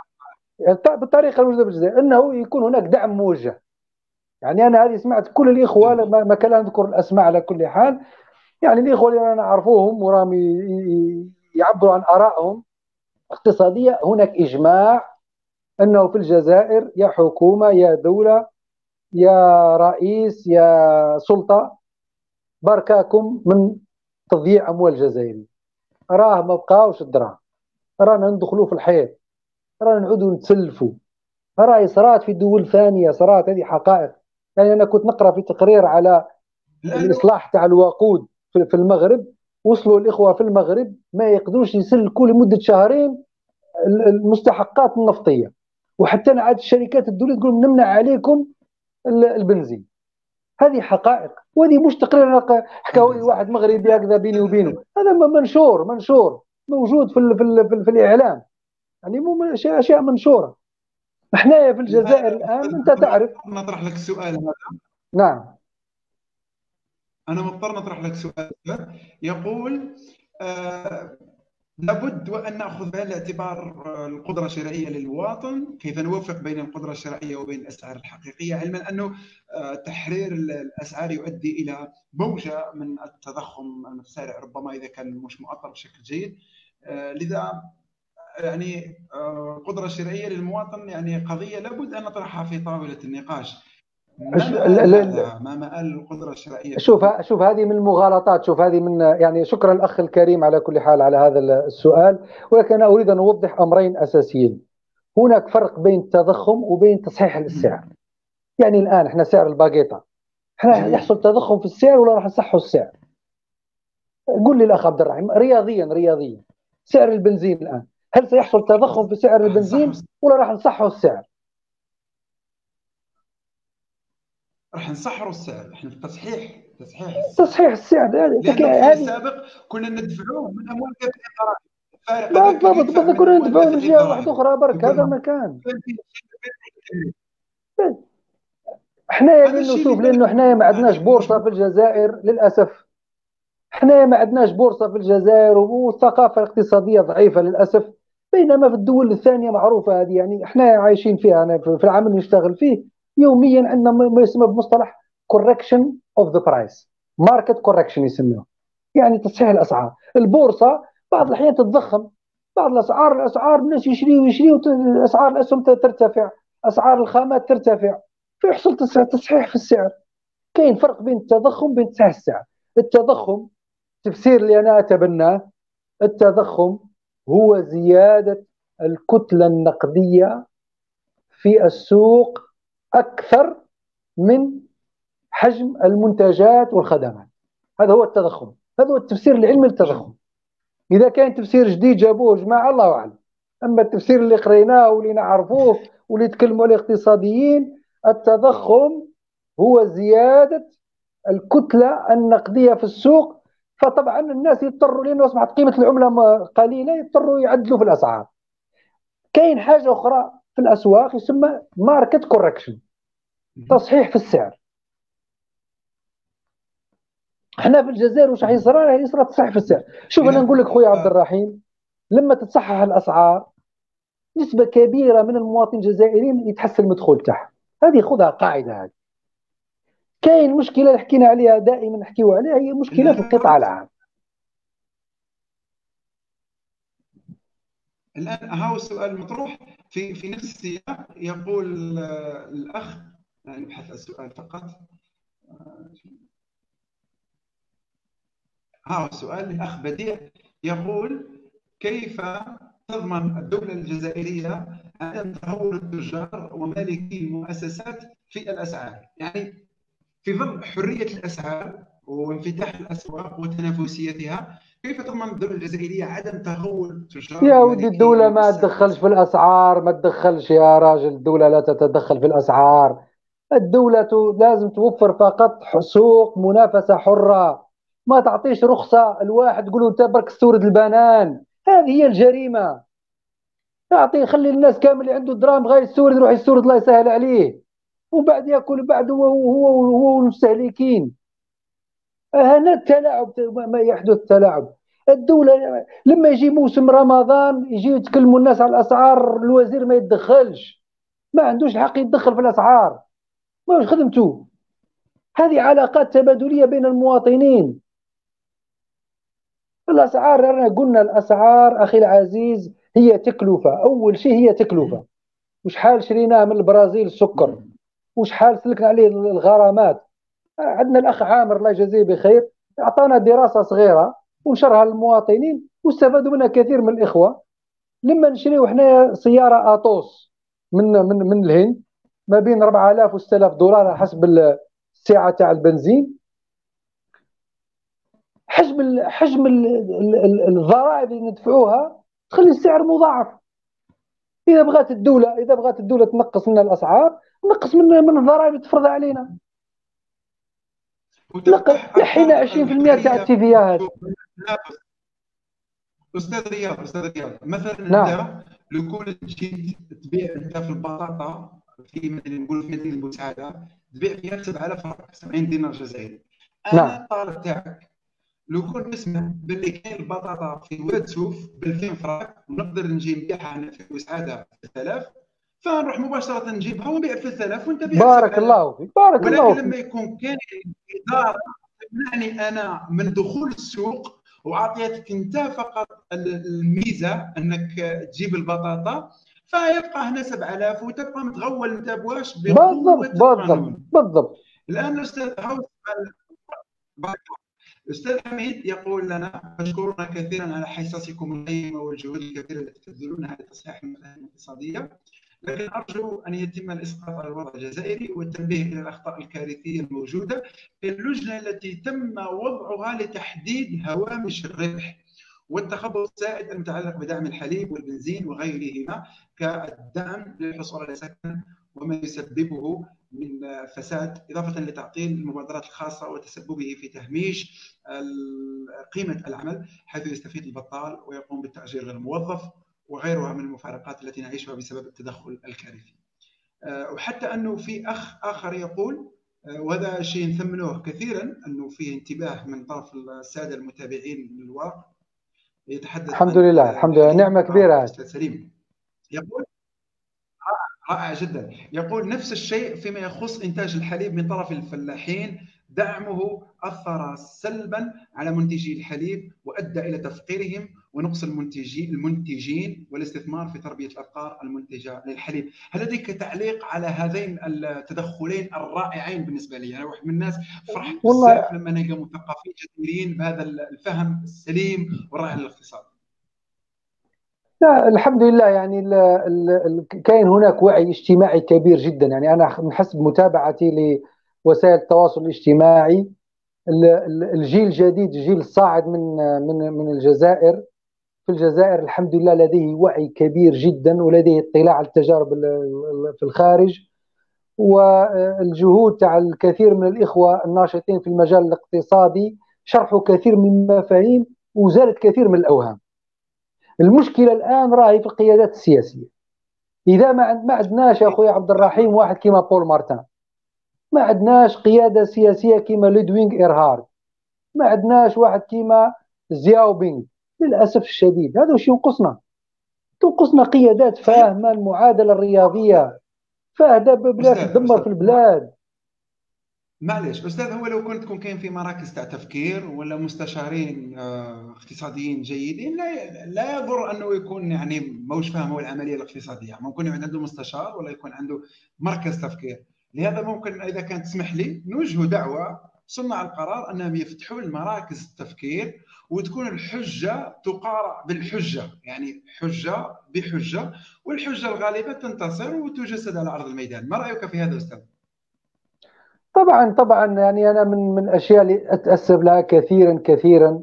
بالطريقة الموجودة في الجزائر أنه يكون هناك دعم موجه. يعني أنا هذه سمعت كل الإخوة، ما كان أذكر الأسماء على كل حال. يعني الإخوة اللي أنا أعرفوهم وراهم يعبروا عن آرائهم اقتصادية، هناك إجماع أنه في الجزائر يا حكومة يا دولة يا رئيس يا سلطة، بركاكم من تضييع أموال الجزائريين. راه ما بقاوش الدراهم، رانا ندخلوا في الحيط، رانا نعودوا نتسلفوا. راهي صارت في دول ثانية، صارت هذه حقائق. يعني أنا كنت نقرأ في تقرير على لأنه الإصلاح تاع الوقود في المغرب. وصلوا الإخوة في المغرب ما يقدروش يسلكوا لمدة شهرين المستحقات النفطية، وحتى عاد الشركات الدولية تقول نمنع عليكم البنزين. هذه حقائق، وهذه مش تقرير حكاوي لي واحد مغربي هكذا بيني وبينه. هذا منشور موجود في الإعلام. يعني مو أشياء منشورة. احنا في الجزائر الآن أنت تعرف. نطرح لك السؤال هذا. نعم. أنا مضطر نطرح لك سؤال يقول لابد وأن نأخذ بعين الاعتبار القدرة الشرائية للمواطن، كيف نوفق بين القدرة الشرائية وبين الأسعار الحقيقية، علما أنه تحرير الأسعار يؤدي إلى موجة من التضخم المتسارع ربما إذا كان مش مؤطر بشكل جيد. لذا يعني القدرة الشرائية للمواطن يعني قضية لابد أن نطرحها في طاولة النقاش. ما مآل هذا؟ ما مآل القدرة الشرائية؟ شوف هذه من المغالطات. شوف هذه من يعني شكرا الأخ الكريم على كل حال على هذا السؤال، ولكن أنا أريد أن أوضح أمرين أساسيين. هناك فرق بين التضخم وبين تصحيح السعر. يعني الآن احنا سعر الباقيطة، احنا يحصل تضخم في السعر ولا راح نصحوا السعر؟ قول لي الأخ عبد الرحيم رياضيا سعر البنزين الآن، هل سيحصل تضخم في سعر البنزين ولا راح نصحوا السعر؟ راح نصحروا السعر. احنا في تصحيح السعر. لأنه في السابق كنا ندفعوه من أموال كافة الضرائب. بالضبط كنا ندفعوه من جهة واحدة أخرى برك. هذا المكان احنا شوف، لأنه احنا ما عندناش بورصة في الجزائر للأسف. احنا ما عندناش بورصة في الجزائر والثقافة الاقتصادية ضعيفة للأسف، بينما في الدول الثانية معروفة هذه. يعني احنا عايشين فيها، أنا في العمل اللي نشتغل فيه يوميا عندنا ما يسمى بمصطلح correction of the price، market correction يسموه، يعني تصحيح الأسعار. البورصة بعض الأحيان تتضخم، بعض الأسعار الناس يشريوا أسعار الأسهم ترتفع، أسعار الخامات ترتفع، فيحصل تصحيح في السعر. كاين فرق بين التضخم وبين تصحيح السعر. التضخم التفسير اللي أنا أتبناه، التضخم هو زيادة الكتلة النقدية في السوق أكثر من حجم المنتجات والخدمات. هذا هو التضخم، هذا هو التفسير العلمي للتضخم. إذا كان تفسير جديد جابوه جماعة الله أعلم، أما التفسير اللي قريناه واللي نعرفوه واللي يتكلموا عليه الاقتصاديين، التضخم هو زيادة الكتلة النقدية في السوق. فطبعا الناس يضطروا، لأنه أصبحت قيمة العملة قليلة، يضطروا يعدلوا في الأسعار. كاين حاجة أخرى في الأسواق يسمى ماركت كوركشن، تصحيح في السعر. احنا في الجزائر وش حيصرى؟ يصرى تصحيح في السعر. شوف أنا نقول لك خويا عبد الرحيم، لما تتصحح الأسعار نسبة كبيرة من المواطنين الجزائريين يتحسن المدخول تاعها. هذه خذها قاعدة. هذه كاين مشكلة اللي حكينا عليها دائما نحكيو عليها، هي مشكلة في القطاع العام. الآن هاو السؤال المطروح في نفس السياق. يقول الأخ، نبحث السؤال فقط. ها السؤال الأخ بديع يقول: كيف تضمن الدولة الجزائرية عدم تهور التجار ومالكي المؤسسات في الأسعار؟ يعني في ظل حرية الأسعار وانفتاح الأسواق وتنافسيتها، كيف تضمن الدولة الجزائرية عدم تهور التجار؟ يا ودي الدولة ما تدخلش في الأسعار، ما تدخلش يا راجل، الدولة لا تتدخل في الأسعار. الدولة لازم توفر فقط سوق منافسة حرة، ما تعطيش رخصة الواحد تقول له انت برك استورد البنان. هذه هي الجريمة. تعطي، خلي الناس كامل اللي عنده دراهم غير يستورد يروح يستورد، الله يسهل عليه، وبعد ياكل بعد هو والمستهلكين. هنا التلاعب، ما يحدث تلاعب. الدولة لما يجي موسم رمضان يجي يتكلموا الناس على الأسعار، الوزير ما يتدخلش، ما عندوش الحق يتدخل في الأسعار، ما خدمته. هذه علاقات تبادلية بين المواطنين. الأسعار أنا قلنا الأسعار أخي العزيز هي تكلفة. أول شيء هي تكلفة. وشحال شريناه من البرازيل السكر، وشحال سلكنا عليه الغرامات. عندنا الأخ عامر الله يجزيه بخير أعطانا دراسة صغيرة ونشرها للمواطنين واستفادوا منها كثير من الإخوة. لما نشريو احنا سيارة أطوس من الهند ما بين 4000 و 6000 دولار على حسب السعة تاع البنزين، حجم الضرائب اللي ندفعوها تخلي السعر مضاعف. إذا بغات الدولة تنقص من الأسعار، نقص من الضرائب اللي تفرضها علينا. لحينا 20% تاع التيفيات. أستاذ رياض مثلا نعم. لو كنت تجي تبيع انت في البطاطا في مثلا نقول في مدينه بوسعاده تبيع فيها 7000 فرنك 70 دينار جزائري. نعم. انا الطالب تاعك لو كنت نسمع باللي كاين البطاطا في واد سوف ب 2000 فرنك ونقدر نجي نبيعها هنا في بوسعاده ب 3000، فنروح مباشره نجيبها ونبيع ب 3000 وانت بيع ب بارك 7000. الله فيك، بارك ولكن الله فيك. لما يكون كاين اداره تمنعني انا من دخول السوق وعطيتك انت فقط الميزه انك تجيب البطاطا، فيبقى هنا 7000 وتبقى متغول انت بواش بقوه بالضبط بالضبط القانون. بالضبط. الان استاذ أستاذ حميد يقول لنا: أشكرنا كثيرا على حصصكم القيمة والجهود الكثيرة التي تبذلونها لتصحيح المفاهيم الاقتصادية، لكن أرجو أن يتم الإسقاط على الوضع الجزائري والتنبيه إلى الأخطاء الكارثية الموجودة في اللجنة التي تم وضعها لتحديد هوامش الربح والتخبط السائد المتعلق بدعم الحليب والبنزين وغيرهما كالدعم للحصول على سكن وما يسببه من فساد، إضافة لتعطيل المبادرات الخاصة وتسببه في تهميش قيمة العمل حيث يستفيد البطال ويقوم بالتأجير غير الموظف وغيرها من المفارقات التي نعيشها بسبب التدخل الكارثي. وحتى أنه في أخ آخر يقول، وهذا شيء نثمنوه كثيرا، أنه فيه انتباه من طرف السادة المتابعين للواقع، يتحدث الحمد عن لله، الحمد لله، الحليب. نعمة كبيرة. أستاذ سليم يقول رائع جدا، يقول نفس الشيء فيما يخص إنتاج الحليب من طرف الفلاحين، دعمه أثر سلبا على منتجي الحليب وأدى إلى تفقيرهم ونقص المنتجين والاستثمار في تربية الأبقار المنتجة للحليب. هل لديك تعليق على هذين التدخلين الرائعين؟ بالنسبة لي أنا واحد من الناس فرحت والله بزاف لما نلقى مثقفين جزائريين بهذا الفهم السليم والرائع للاقتصاد. لا، الحمد لله، يعني كاين هناك وعي اجتماعي كبير جدا. يعني أنا من حسب متابعتي لوسائل التواصل الاجتماعي، الجيل الجديد، الجيل الصاعد من الجزائر، في الجزائر الحمد لله لديه وعي كبير جدا ولديه اطلاع على التجارب في الخارج، والجهود تاع الكثير من الإخوة الناشطين في المجال الاقتصادي شرحوا كثير من المفاهيم وزالت كثير من الأوهام. المشكلة الآن راهي في القيادات السياسية. إذا ما عندناش يا أخوي عبد الرحيم واحد كيما بول مارتان، ما عندناش قيادة سياسية كيما لودوينغ إيرهارد، ما عندناش واحد كيما زياو بينغ، للأسف الشديد هذا وش ينقصنا. تنقصنا قيادات فاهمة المعادلة الرياضية، فاهدة بلا تدمر في البلاد. معلش استاذ، هو لو كنت تكون كاين في مراكز تاع تفكير ولا مستشارين اقتصاديين جيدين، لا يضر انه يكون يعني موش فاهم هو العمليه الاقتصاديه، ممكن يكون عنده مستشار ولا يكون عنده مركز تفكير. لهذا ممكن اذا كانت تسمح لي نوجه دعوه صناع القرار انهم يفتحوا المراكز التفكير وتكون الحجه تقارع بالحجه، يعني حجه بحجه، والحجه الغالبه تنتصر وتجسد على ارض الميدان. ما رايك في هذا استاذ؟ طبعا طبعا، يعني أنا من الأشياء اللي أتأسف لها كثيرا كثيرا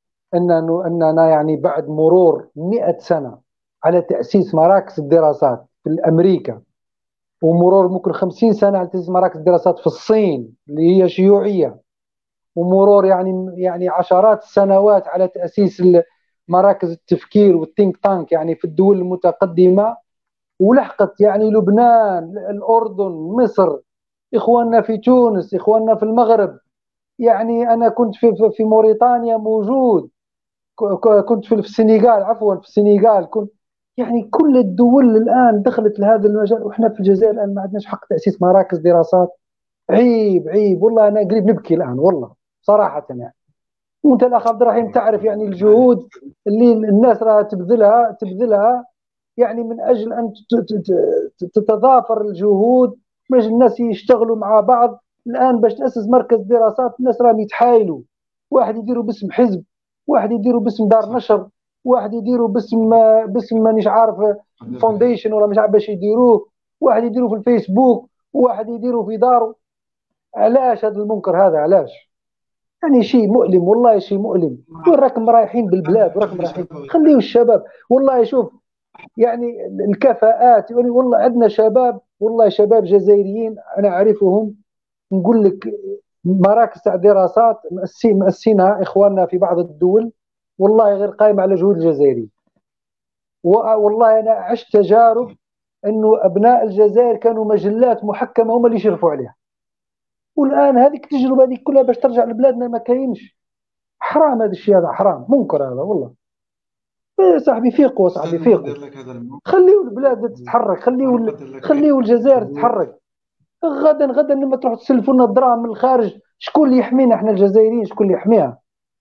أننا يعني بعد مرور 100 سنة على تأسيس مراكز الدراسات في أمريكا، ومرور ممكن 50 سنة على تأسيس مراكز الدراسات في الصين اللي هي شيوعية، ومرور يعني عشرات السنوات على تأسيس مراكز التفكير والثينك تانك يعني في الدول المتقدمة، ولحقت يعني لبنان، الأردن، مصر، إخواننا في تونس، إخواننا في المغرب. يعني أنا كنت في موريتانيا موجود، كنت في السنغال، عفوا في السنغال كنت. يعني كل الدول الآن دخلت لهذا المجال، وإحنا في الجزائر الآن ما عندناش حق تأسيس مراكز دراسات. عيب عيب والله، أنا قريب نبكي الآن والله صراحة يعني. وأنت الأخ عبد الرحيم تعرف يعني الجهود اللي الناس راها تبذلها يعني من أجل أن تتضافر الجهود، باش الناس يشتغلوا مع بعض. الآن باش تأسس مركز دراسات الناس راهم يتحايلوا، واحد يديروا باسم حزب، واحد يديروا باسم دار نشر، واحد يديروا باسم مانيش عارف فونديشن ولا مش عارف باش يديروه، واحد يديروا في الفيسبوك، وواحد يديروا في داره. علاش هذا المنكر هذا؟ علاش؟ يعني شيء مؤلم والله، شيء مؤلم. وين راكم رايحين بالبلاد؟ وراكم رايحين؟ خليوا الشباب. والله شوف، يعني الكفاءات، يعني والله عندنا شباب، والله شباب جزائريين انا اعرفهم، نقول لك مراكز تاع دراسات مؤسسينها اخواننا في بعض الدول، والله غير قائمه على جهود الجزائريين. والله أنا عشت تجارب أنه أبناء الجزائر كانوا مجلات محكمة هم اللي يشرفوا عليها، والآن هذيك التجربة هذيك كلها باش ترجع لبلادنا ما كاينش. حرام هذا الشيء، هذا حرام منكر هذا والله. يا صاحبي فيقوا، صاحبي أستاذ فيقوا، نقدر لك هذا الموقف، خليوا البلاد تتحرك، ونقدر لك كيف خليوا الجزائر الظروف. تتحرك. غدا لما تروحوا تسلفوا لنا الدراهم من الخارج، شكون اللي يحمينا احنا الجزائريين؟ شكون اللي يحميها؟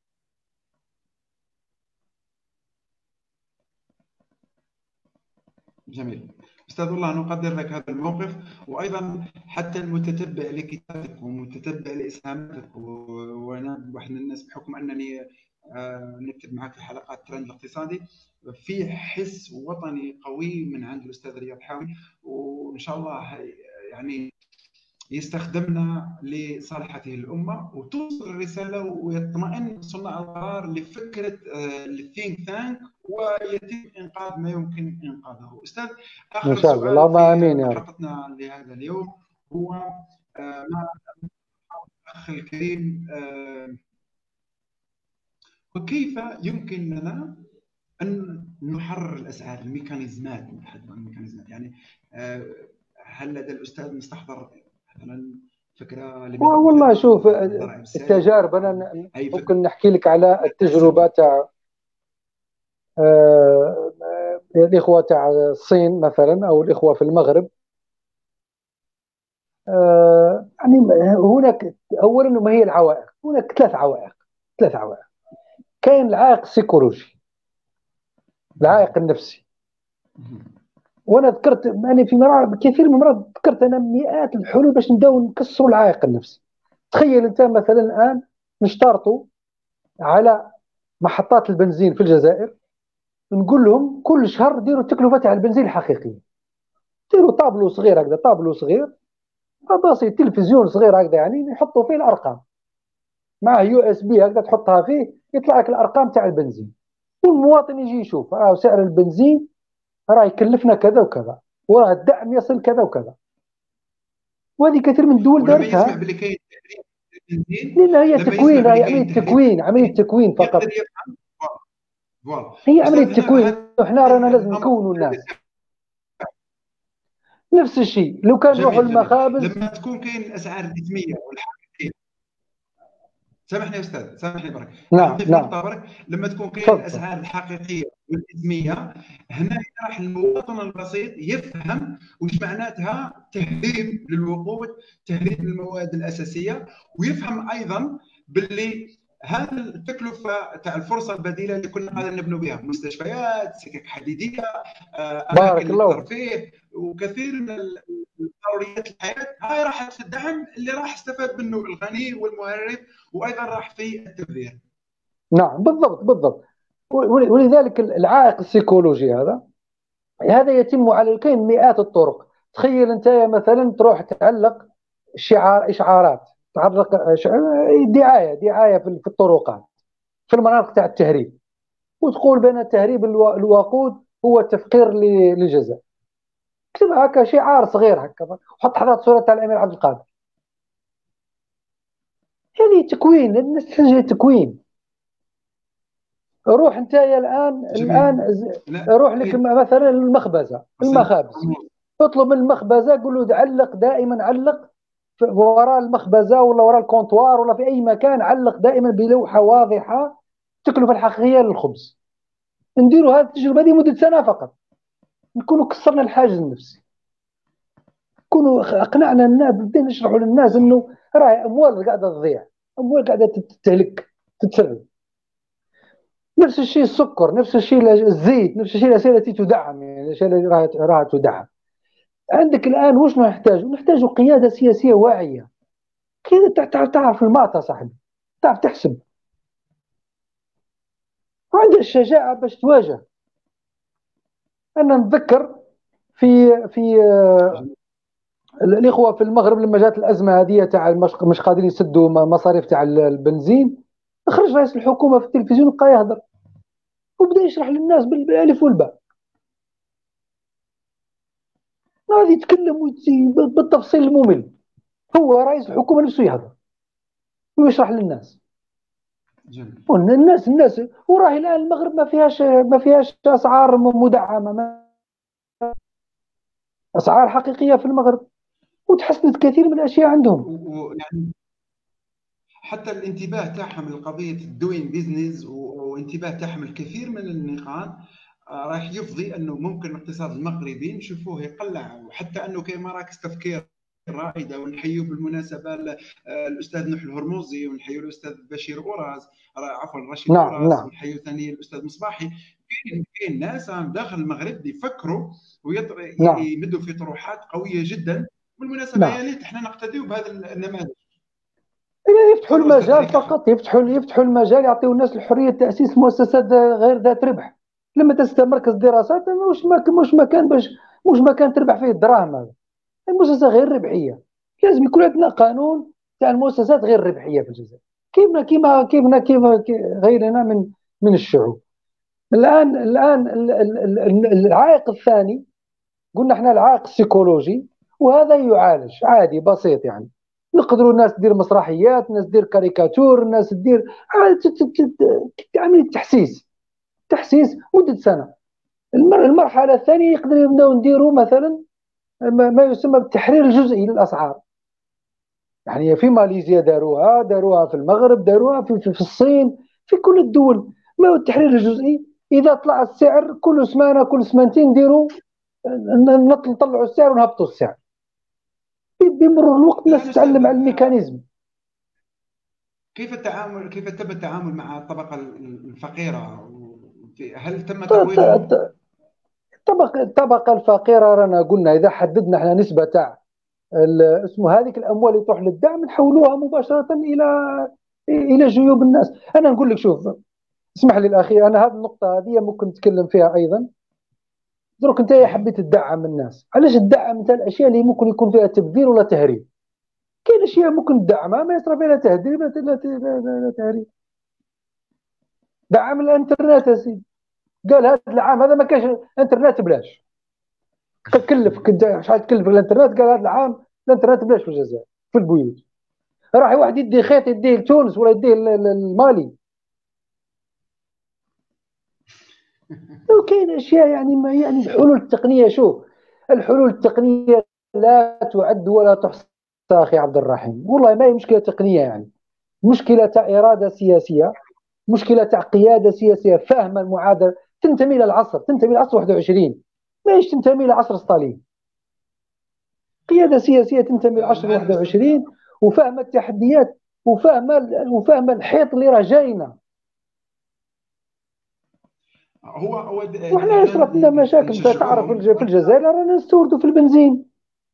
جميل أستاذ، والله نقدر لك هذا الموقف، وأيضا حتى المتتبع لكتابك ومتتبع لإسهاماتك، وإحنا الناس بحكم أنني نكتب معك في حلقات ترند الاقتصادي، في حس وطني قوي من عند الأستاذ رياض حاوي، وإن شاء الله يعني يستخدمنا لصالح هذه الأمة وتوصل الرسالة ويطمئن صناع القرار لفكرة الثينك تانك، ويتم إنقاذ ما يمكن إنقاذه. أستاذ، ان آخر شاء الله، سؤال اللهم في امين يا رب. محطتنا لهذا اليوم هو مع الأخ الكريم، وكيف يمكن لنا أن نحرر الأسعار، الميكانيزمات، نتحدث عن الميكانيزمات يعني. هل لدى الأستاذ مستحضر مثلا فكرة لماذا والله نحرر شوف، الضرائب السارية التجارب أو انا أي فكرة ممكن نحكي لك على التجربه السبب؟ تاع الاخوه تاع الصين مثلا او الاخوه في المغرب. يعني هناك اولا ما هي العوائق؟ هناك ثلاث عوائق. كاين العائق السيكولوجي، العائق النفسي. وانا ذكرت يعني في كثير من المرات ذكرت انا مئات الحلول باش نبداو نكسروا العائق النفسي. تخيل انت مثلا الان نشترطوا على محطات البنزين في الجزائر، نقول لهم كل شهر ديروا التكلفه تاع البنزين الحقيقيه، ديروا طابلو صغير هكذا، طابلو صغير بسيط، تلفزيون صغير هكذا يعني يحطوا فيه الارقام، مع يو اس بي هكذا تحطها فيه يطلع لك الارقام تاع البنزين، والمواطن يجي يشوف سعر البنزين راه يكلفنا كذا وكذا، وراه الدعم يصل كذا وكذا. وهذه كثير من الدول ولما يسمع دارتها، باللي كاين تهريب البنزين، لأنها هي لما يسمع تكوين، باللي هي كاين عملية تهريب تكوين، عملية البنزين تكوين يقدر فقط. يفهم. فوالا هي عملية أستاذ، هنا تكوين، هذا وإحنا رانا لازم الأمر نكونوا الناس. نفس الشيء لو كان نروحوا جميل. المخابز. لما تكون كاين الأسعار الإثمية والحقيقية، سامحني يا استاذ، سامحني برك، راح نعم نضيف نعم، نقطه برك. لما تكون كاين تفضل. الاسعار الحقيقيه والاسميه، هنا راح المواطن البسيط يفهم وش معناتها تهريب للوقود، تهريب للمواد الاساسيه، ويفهم ايضا باللي هذه التكلفه تاع الفرصه البديله اللي كنا قاعدين نبنوا بها مستشفيات، سكك حديديه، اماكن بارك الله فيك. للترفيه، وكثير من ضروريات الحياه، هاي راح تدعم اللي راح استفاد منه الغني والمهرب، وايضا راح في التبذير. نعم بالضبط بالضبط. ولذلك العائق السيكولوجي هذا يتم على كاين مئات الطرق. تخيل انت مثلا تروح تعلق اشعارات، تعلق دعايه في الطرقات، في المناطق تاع التهريب، وتقول بان تهريب الوقود هو تفقير للجزائر. اكتب هكا شعار صغير هكا، وحط حضرتك صوره تاع الامير عبد القادر. هذه تكوين، الناس تحتاج تكوين. روح انت الان جميل. لا روح لك أريد مثلا المخبزه، أصل المخابز، اطلب من المخبزه قول له علق دائما، علق وراء المخبزه ولا وراء الكونتوار ولا في اي مكان، علق دائما بلوحه واضحه التكلفه الحقيقيه للخبز. نديروا هذه التجربه هذه مده سنه فقط، نكونوا كسرنا الحاجز النفسي، نكونوا اقنعنا الناس، بدينا نشرحوا للناس انه راهي اموال قاعده تضيع، اموال قاعده تتهلك، تتسرب. نفس الشيء السكر، نفس الشيء الزيت، نفس الشيء الاشياء التي تدعم، يعني الاشياء التي راها تدعم. عندك الان وش نحتاج؟ نحتاج قياده سياسيه واعيه، كذا تعرف الماطة صاحبي، تعرف تحسب، وعندها الشجاعه باش تواجه. انا نتذكر في في الاخوه في المغرب لما جات الازمه هذه تاع مش قادرين يسدوا مصاريف تاع البنزين، خرج رئيس الحكومه في التلفزيون وبقى يهضر، وبدا يشرح للناس بالالف والباء. غادي يتكلم بالتفصيل الممل، هو رئيس الحكومه نفسه يهضر ويشرح للناس. جميل. الناس وراهي الان المغرب ما فيهاش اسعار مدعمه، اسعار حقيقيه في المغرب، وتحسنت كثير من الاشياء عندهم. ويعني حتى الانتباه تاعهم لقضيه الدوين بيزنس، وانتباه تاعهم الكثير من النقاط راح يفضي انه ممكن الاقتصاد المغربي نشوفوه يقلع، وحتى انه كاين مراكز تفكير رائده. ونحيوا بالمناسبه الاستاذ نوح الهرموزي، ونحيوا الاستاذ بشير اوراز، عفوا رشيد نعم، اوراز، نعم، ونحيوا ثاني الاستاذ مصباحي. كاين ناس داخل المغرب يفكروا نعم، ويمدوا في طروحات قويه جدا. بالمناسبه يا نعم. ليت احنا نقتديوا بهذا النماذج. إذا يفتحوا تفضل استاذ المجال، عليك حق. فقط يفتحوا المجال، يعطيوا الناس الحريه تاسيس مؤسسات غير ذات ربح. لما تستمر مركز دراسات مش مكان تربح فيه الدراهم. هذا المؤسسه غير ربحيه. لازم يكون عندنا قانون تاع المؤسسات غير ربحيه في الجزائر، كيفنا غيرنا من الشعوب. الان العائق الثاني، قلنا احنا العائق السيكولوجي، وهذا يعالج عادي بسيط يعني. نقدروا الناس تدير مسرحيات، الناس تدير كاريكاتور، الناس تدير عمليه تحسيس مده سنه. المرحله الثانيه يقدر يبداو نديروا مثلا ما يسمى بالتحرير الجزئي للاسعار. يعني في ماليزيا داروها في المغرب، داروها في الصين، في كل الدول. ما هو التحرير الجزئي؟ اذا طلع السعر كل سمانه كل سمانتين نديروا، نطلعوا السعر ونهبطوا السعر. بمرور الوقت الناس الان استاذ، تتعلم على الميكانيزم. كيف تم التعامل مع الطبقه الفقيره؟ هل تم ط- ط- ترويضهم؟ ط- الطبقه الفقيره، رانا قلنا اذا حددنا احنا نسبه تاع اسمه هذيك الاموال اللي تروح للدعم، نحولوها مباشره الى جيوب الناس. انا نقول لك شوف، اسمح لي الاخي، انا هذه النقطه هذه ممكن نتكلم فيها ايضا. درك انت تفضل. حبيت تدعم الناس، علاش تدعم انت الاشياء اللي ممكن يكون فيها تبذير ولا تهريب؟ كاين اشياء ممكن تدعمها ما يصرى فيها لا تهريب لا تهريب. دعم الانترنت يا سيدي، قال هذا العام هذا ما كانش انترنت بلاش. كلف شحال تكلف الانترنت؟ قال هذا العام الانترنت بلاش في الجزائر في البيوت. راح واحد يدي خيط يديه لتونس ولا يديه المالي. وكاين اشياء يعني ما يعني الحلول التقنيه. شوف، الحلول التقنيه لا تعد ولا تحصى اخي عبد الرحيم، والله ما هي مشكله تقنيه يعني. مشكله تاع اراده سياسيه، مشكله تاع قياده سياسيه فاهمه المعادله، تنتمي للعصر، تنتمي للعصر 21، ما تنتمي لعصر ستالين. قياده سياسيه تنتمي للعصر الان استاذ، 21 وفاهمه التحديات، وفاهمه الحيط اللي راه جاينا. واحنا احنا يصرف لنا مشاكل. انت تعرف نشجعوهم. في الجزائر رانا نستوردوا في البنزين.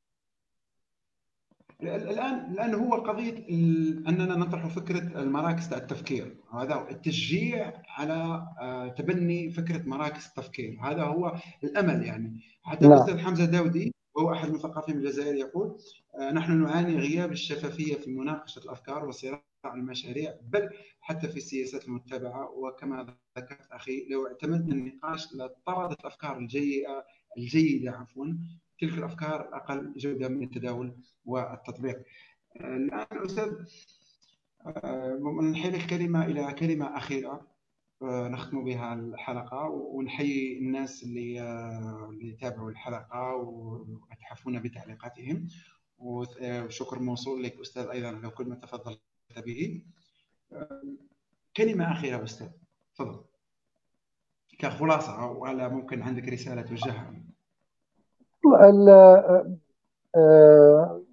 الان هو قضيه اننا نطرح فكره المراكز تاع التفكير، هذا التشجيع على تبني فكره مراكز التفكير، هذا هو الامل يعني. حتى نعم، الاستاذ حمزه داودي وهو احد المثقفين من الجزائر يقول نحن نعاني غياب الشفافيه في مناقشه الافكار وصراع المشاريع، بل حتى في السياسات المتبعه. وكما ذكرت اخي، لو اعتمدنا النقاش لطردت الافكار الجيده عفوا، تلك الافكار الاقل جوده من التداول والتطبيق. الآن أستاذ، ننحي الكلمة إلى كلمة أخيرة نختم بها الحلقة، ونحيي الناس اللي تابعوا الحلقة وأتحفونا بتعليقاتهم. وشكر موصول لك أستاذ أيضا على كل ما تفضلت به. كلمة أخيرة أستاذ، تفضل، كخلاصة، ولا ممكن عندك رسالة توجهها؟ آه،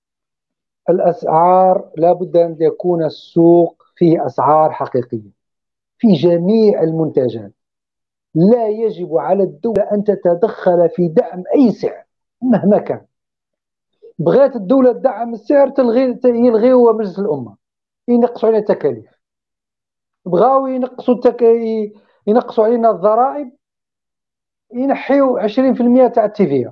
الأسعار لابد أن يكون السوق فيه أسعار حقيقية في جميع المنتجات. لا يجب على الدولة أن تتدخل في دعم أي سعر مهما كان. بغيت الدولة تدعم السعر يلغيوا مجلس الأمة، ينقصوا علينا التكاليف. بغاو ينقصوا علينا الضرائب، ينحيوا 20% تاع التيفيا.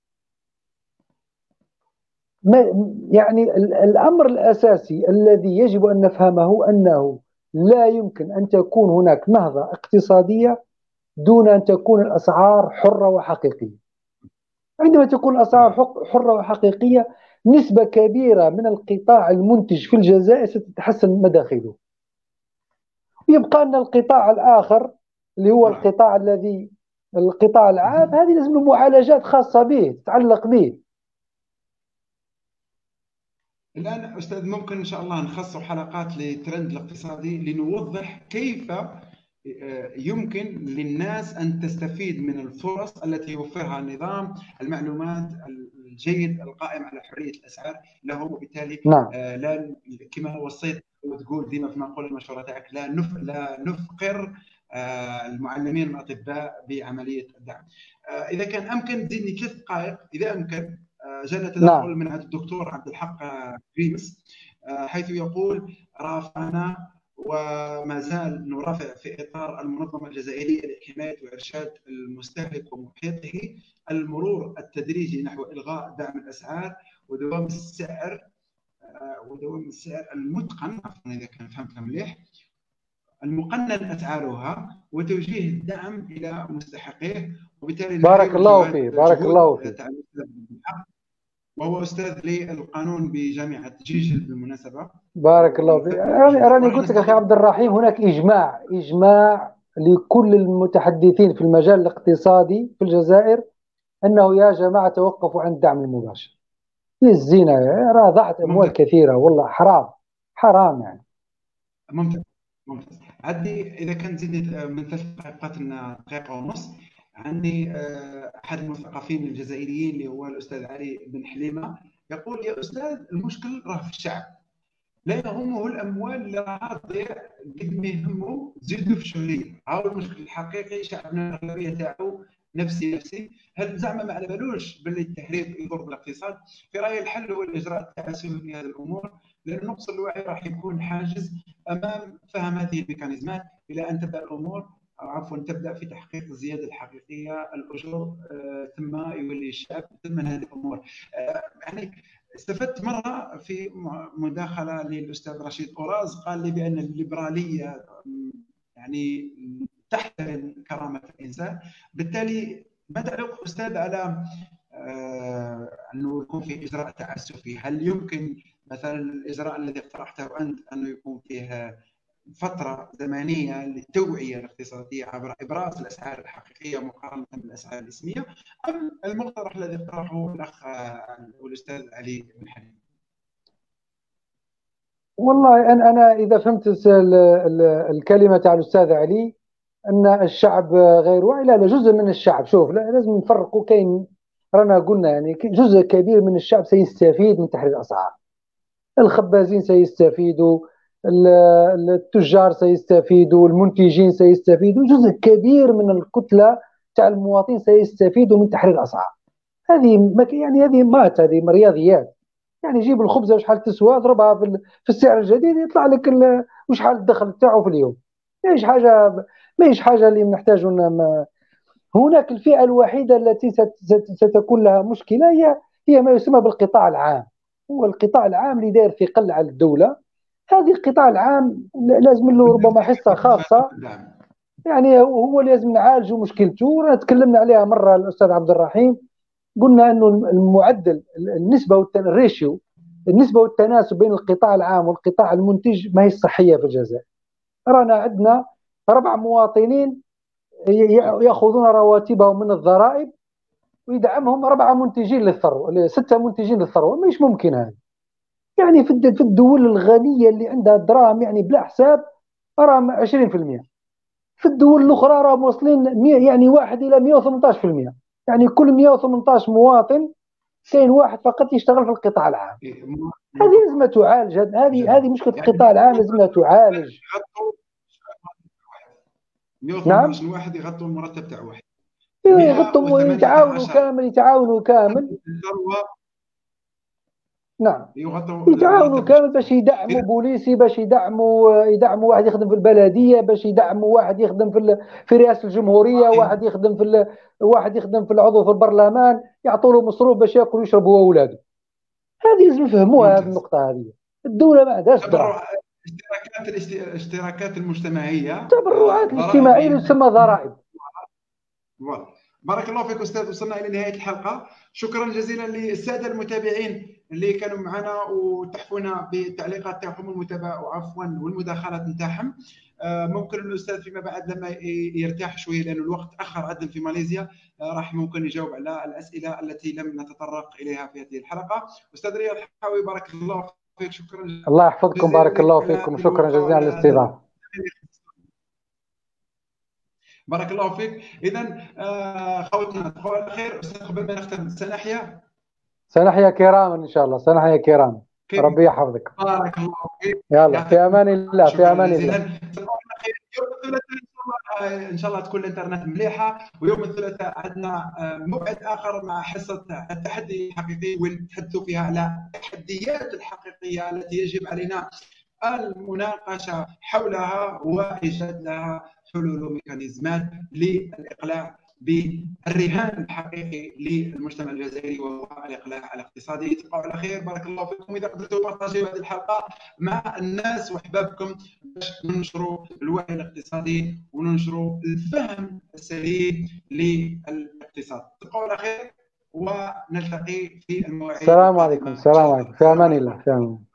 يعني الأمر الأساسي الذي يجب أن نفهمه أنه لا يمكن أن تكون هناك نهضة اقتصادية دون أن تكون الأسعار حرة وحقيقية. عندما تكون الأسعار حرة وحقيقية، نسبة كبيرة من القطاع المنتج في الجزائر ستتحسن مداخله. يبقى أن القطاع الآخر اللي هو نعم. القطاع العام، هذه لازم له معالجات خاصة به تتعلق به. الآن أستاذ ممكن إن شاء الله نخصص حلقات للترند الاقتصادي لنوضح كيف يمكن للناس أن تستفيد من الفرص التي يوفرها النظام المعلومات الجيد القائم على حرية الأسعار له، وبالتالي نعم. لا كما وصيت وتقول ديما في المقولة المشهورة تاعك، لا نفقر المعلمين والأطباء بعملية الدعم. إذا كان أمكن تزيدني 3 دقائق إذا أمكن. جاءنا تدخل نعم. من عند الدكتور عبد الحق ريمس، حيث يقول: رافعنا وما زال نرافع في إطار المنظمة الجزائرية لحماية وإرشاد المستهلك ومحيطه المرور التدريجي نحو إلغاء دعم الأسعار ودوام السعر المتقن، عفوا إذا كان فهمتها مليح، المقنن أسعارها، وتوجيه الدعم إلى مستحقيه، وبالتالي بارك نحيي الله فيه، بارك الله جهود فيه. وهو أستاذ للقانون بجامعة جيجل بالمناسبة. بارك الله فيك. راني ورأي قلت لك أخي عبد الرحيم، هناك إجماع لكل المتحدثين في المجال الاقتصادي في الجزائر أنه يا جماعة توقفوا عن الدعم المباشر. هي الزنا، راه ضاعت أموال ممتاز كثيرة، والله حرام، حرام يعني. ممتاز ممتاز. عندي إذا كان تزيدني من 3 دقائق لنا دقيقة ونص. عندي أحد المثقفين الجزائريين اللي هو الأستاذ علي بن حليمة يقول: يا أستاذ، المشكل راه في الشعب، لا يهمه الاموال اللي راح تضيع قد ما يهمه زيدوا في الشهريه. هاو المشكل الحقيقي. شعبنا الاغلبيه تاعو نفسي. هل زعما ما على بالوش باللي التحرير يضر بالاقتصاد؟ في رايي الحل هو الاجراء التعسفي في هذه الامور، لان نقص الوعي راح يكون حاجز امام فهم هذه الميكانيزمات الى ان تبدا الامور، أو عفوا تبدا في تحقيق الزياده الحقيقيه الاجور، ثم يولي الشعب ثم هذه الامور. يعني استفدت مرة في مداخلة للأستاذ رشيد أوراز، قال لي بأن الليبرالية يعني تحترم كرامة الإنسان. بالتالي ما تعليق أستاذ على أنه يكون في إجراء تعسفي؟ هل يمكن مثلا الإجراء الذي اقترحته أنت أنه يكون فيه فترة زمنية للتوعية الاقتصادية عبر إبراز الأسعار الحقيقية مقارنة بالأسعار الاسمية، أم المقترح الذي اقترحه الأخ والأستاذ علي بن حليم؟ والله أنا إذا فهمت الكلمة تاع الأستاذ علي أن الشعب غير واعي، لا جزء من الشعب. شوف، لازم نفرقوا. كاين رانا قلنا يعني جزء كبير من الشعب سيستفيد من تحرير الأسعار. الخبازين سيستفيدوا، التجار سيستفيدوا، المنتجين سيستفيدوا، جزء كبير من الكتلة تاع المواطنين سيستفيدوا من تحرير الأسعار. هذه يعني هذه هذه رياضيات. يعني جيب الخبزة وشحال تسوى، اضربها في السعر الجديد، يطلع لك وشحال الدخل تاعو في اليوم. ماهيش حاجة، ماهيش حاجة اللي نحتاج. هناك الفئة الوحيدة التي ستكون لها مشكلة هي ما يسمى بالقطاع العام. هو القطاع العام اللي داير ثقل على الدولة. هذه القطاع العام لازم له ربما حصة خاصة، يعني هو لازم نعالجه مشكلته. تكلمنا عليها مرة الأستاذ عبد الرحيم، قلنا أنه المعدل، النسبة الريشيو، النسبة والتناسب بين القطاع العام والقطاع المنتج ما هي صحية في الجزائر. رانا عندنا 4 مواطنين يأخذون رواتبهم من الضرائب، ويدعمهم 4 منتجين للثروة، 6 منتجين للثروة. مش ممكن هذا. يعني في الدول الغنية اللي عندها دراهم يعني بلا حساب راهم 20%. في الدول الأخرى راهم واصلين يعني 1 إلى 118%. يعني كل 118 مواطن كاين واحد فقط يشتغل في القطاع العام. هذه لازم تعالج. هذه مشكلة القطاع العام لازم تعالج. 118 واحد يغطوا المرتب تاع واحد. يغطوا، يتعاونوا كامل. نعم، يتعاونوا كامل باش يدعموا بوليسي، باش يدعموا واحد يخدم في البلديه، باش يدعموا واحد يخدم في رئاسه الجمهوريه، واحد يخدم في العضو في البرلمان، يعطوا له مصروف باش ياكل ويشرب هو واولاده. هذه لازم نفهموها، هذه النقطه هذه. الدوله ما عندهاش دراهم. الاشتراكات المجتمعيه، التبرعات الاجتماعيه اللي تسمى ضرائب. بارك الله فيك أستاذ. وصلنا إلى نهاية الحلقة. شكرا جزيلا للسادة المتابعين اللي كانوا معنا وتحفونا بالتعليقات تاعهم والمتابعة، وعفوا والمداخلات نتاعهم. ممكن الاستاذ فيما بعد لما يرتاح شويه لانه الوقت تاخر عندنا في ماليزيا، راح ممكن يجاوب على الاسئله التي لم نتطرق اليها في هذه الحلقه. استاذ رياض حاوي، بارك الله فيك، شكرا الله يحفظكم، جزيلا بارك لك الله على فيكم، هذه شكرا جزيلا على المقابله. الاستضافة. بارك الله فيك. اذا خوتنا تصبحوا على خير. استاذ قبل ما نختم سنحيا. سنحيا كراما إن شاء الله، سنحيا كراما. كيف؟ ربي يحفظك. بارك الله فيك. يلا في يعطيك أمان الله، في شكرا أمان جزيلا. الله. تصبحوا على خير. يوم الثلاثاء ان شاء الله تكون الانترنت مليحه، ويوم الثلاثاء عندنا موعد اخر مع حصه التحدي الحقيقي، ونتحدثوا فيها على التحديات الحقيقيه التي يجب علينا المناقشه حولها وايجاد لها حلول وميكانيزمات للاقلاع بالرهان الحقيقي للمجتمع الجزائري وهو الاقلاع الاقتصادي. تبقوا على خير، بارك الله فيكم. اذا قدرتوا بارطاجيو هذه الحلقه مع الناس واحبابكم باش ننشروا الوعي الاقتصادي وننشروا الفهم السليم للاقتصاد. تبقوا على خير ونلتقي في المواعيد السلام عليكم، القادمه ان شاء السلام الله. عليكم، في أمان الله، في أمان الله.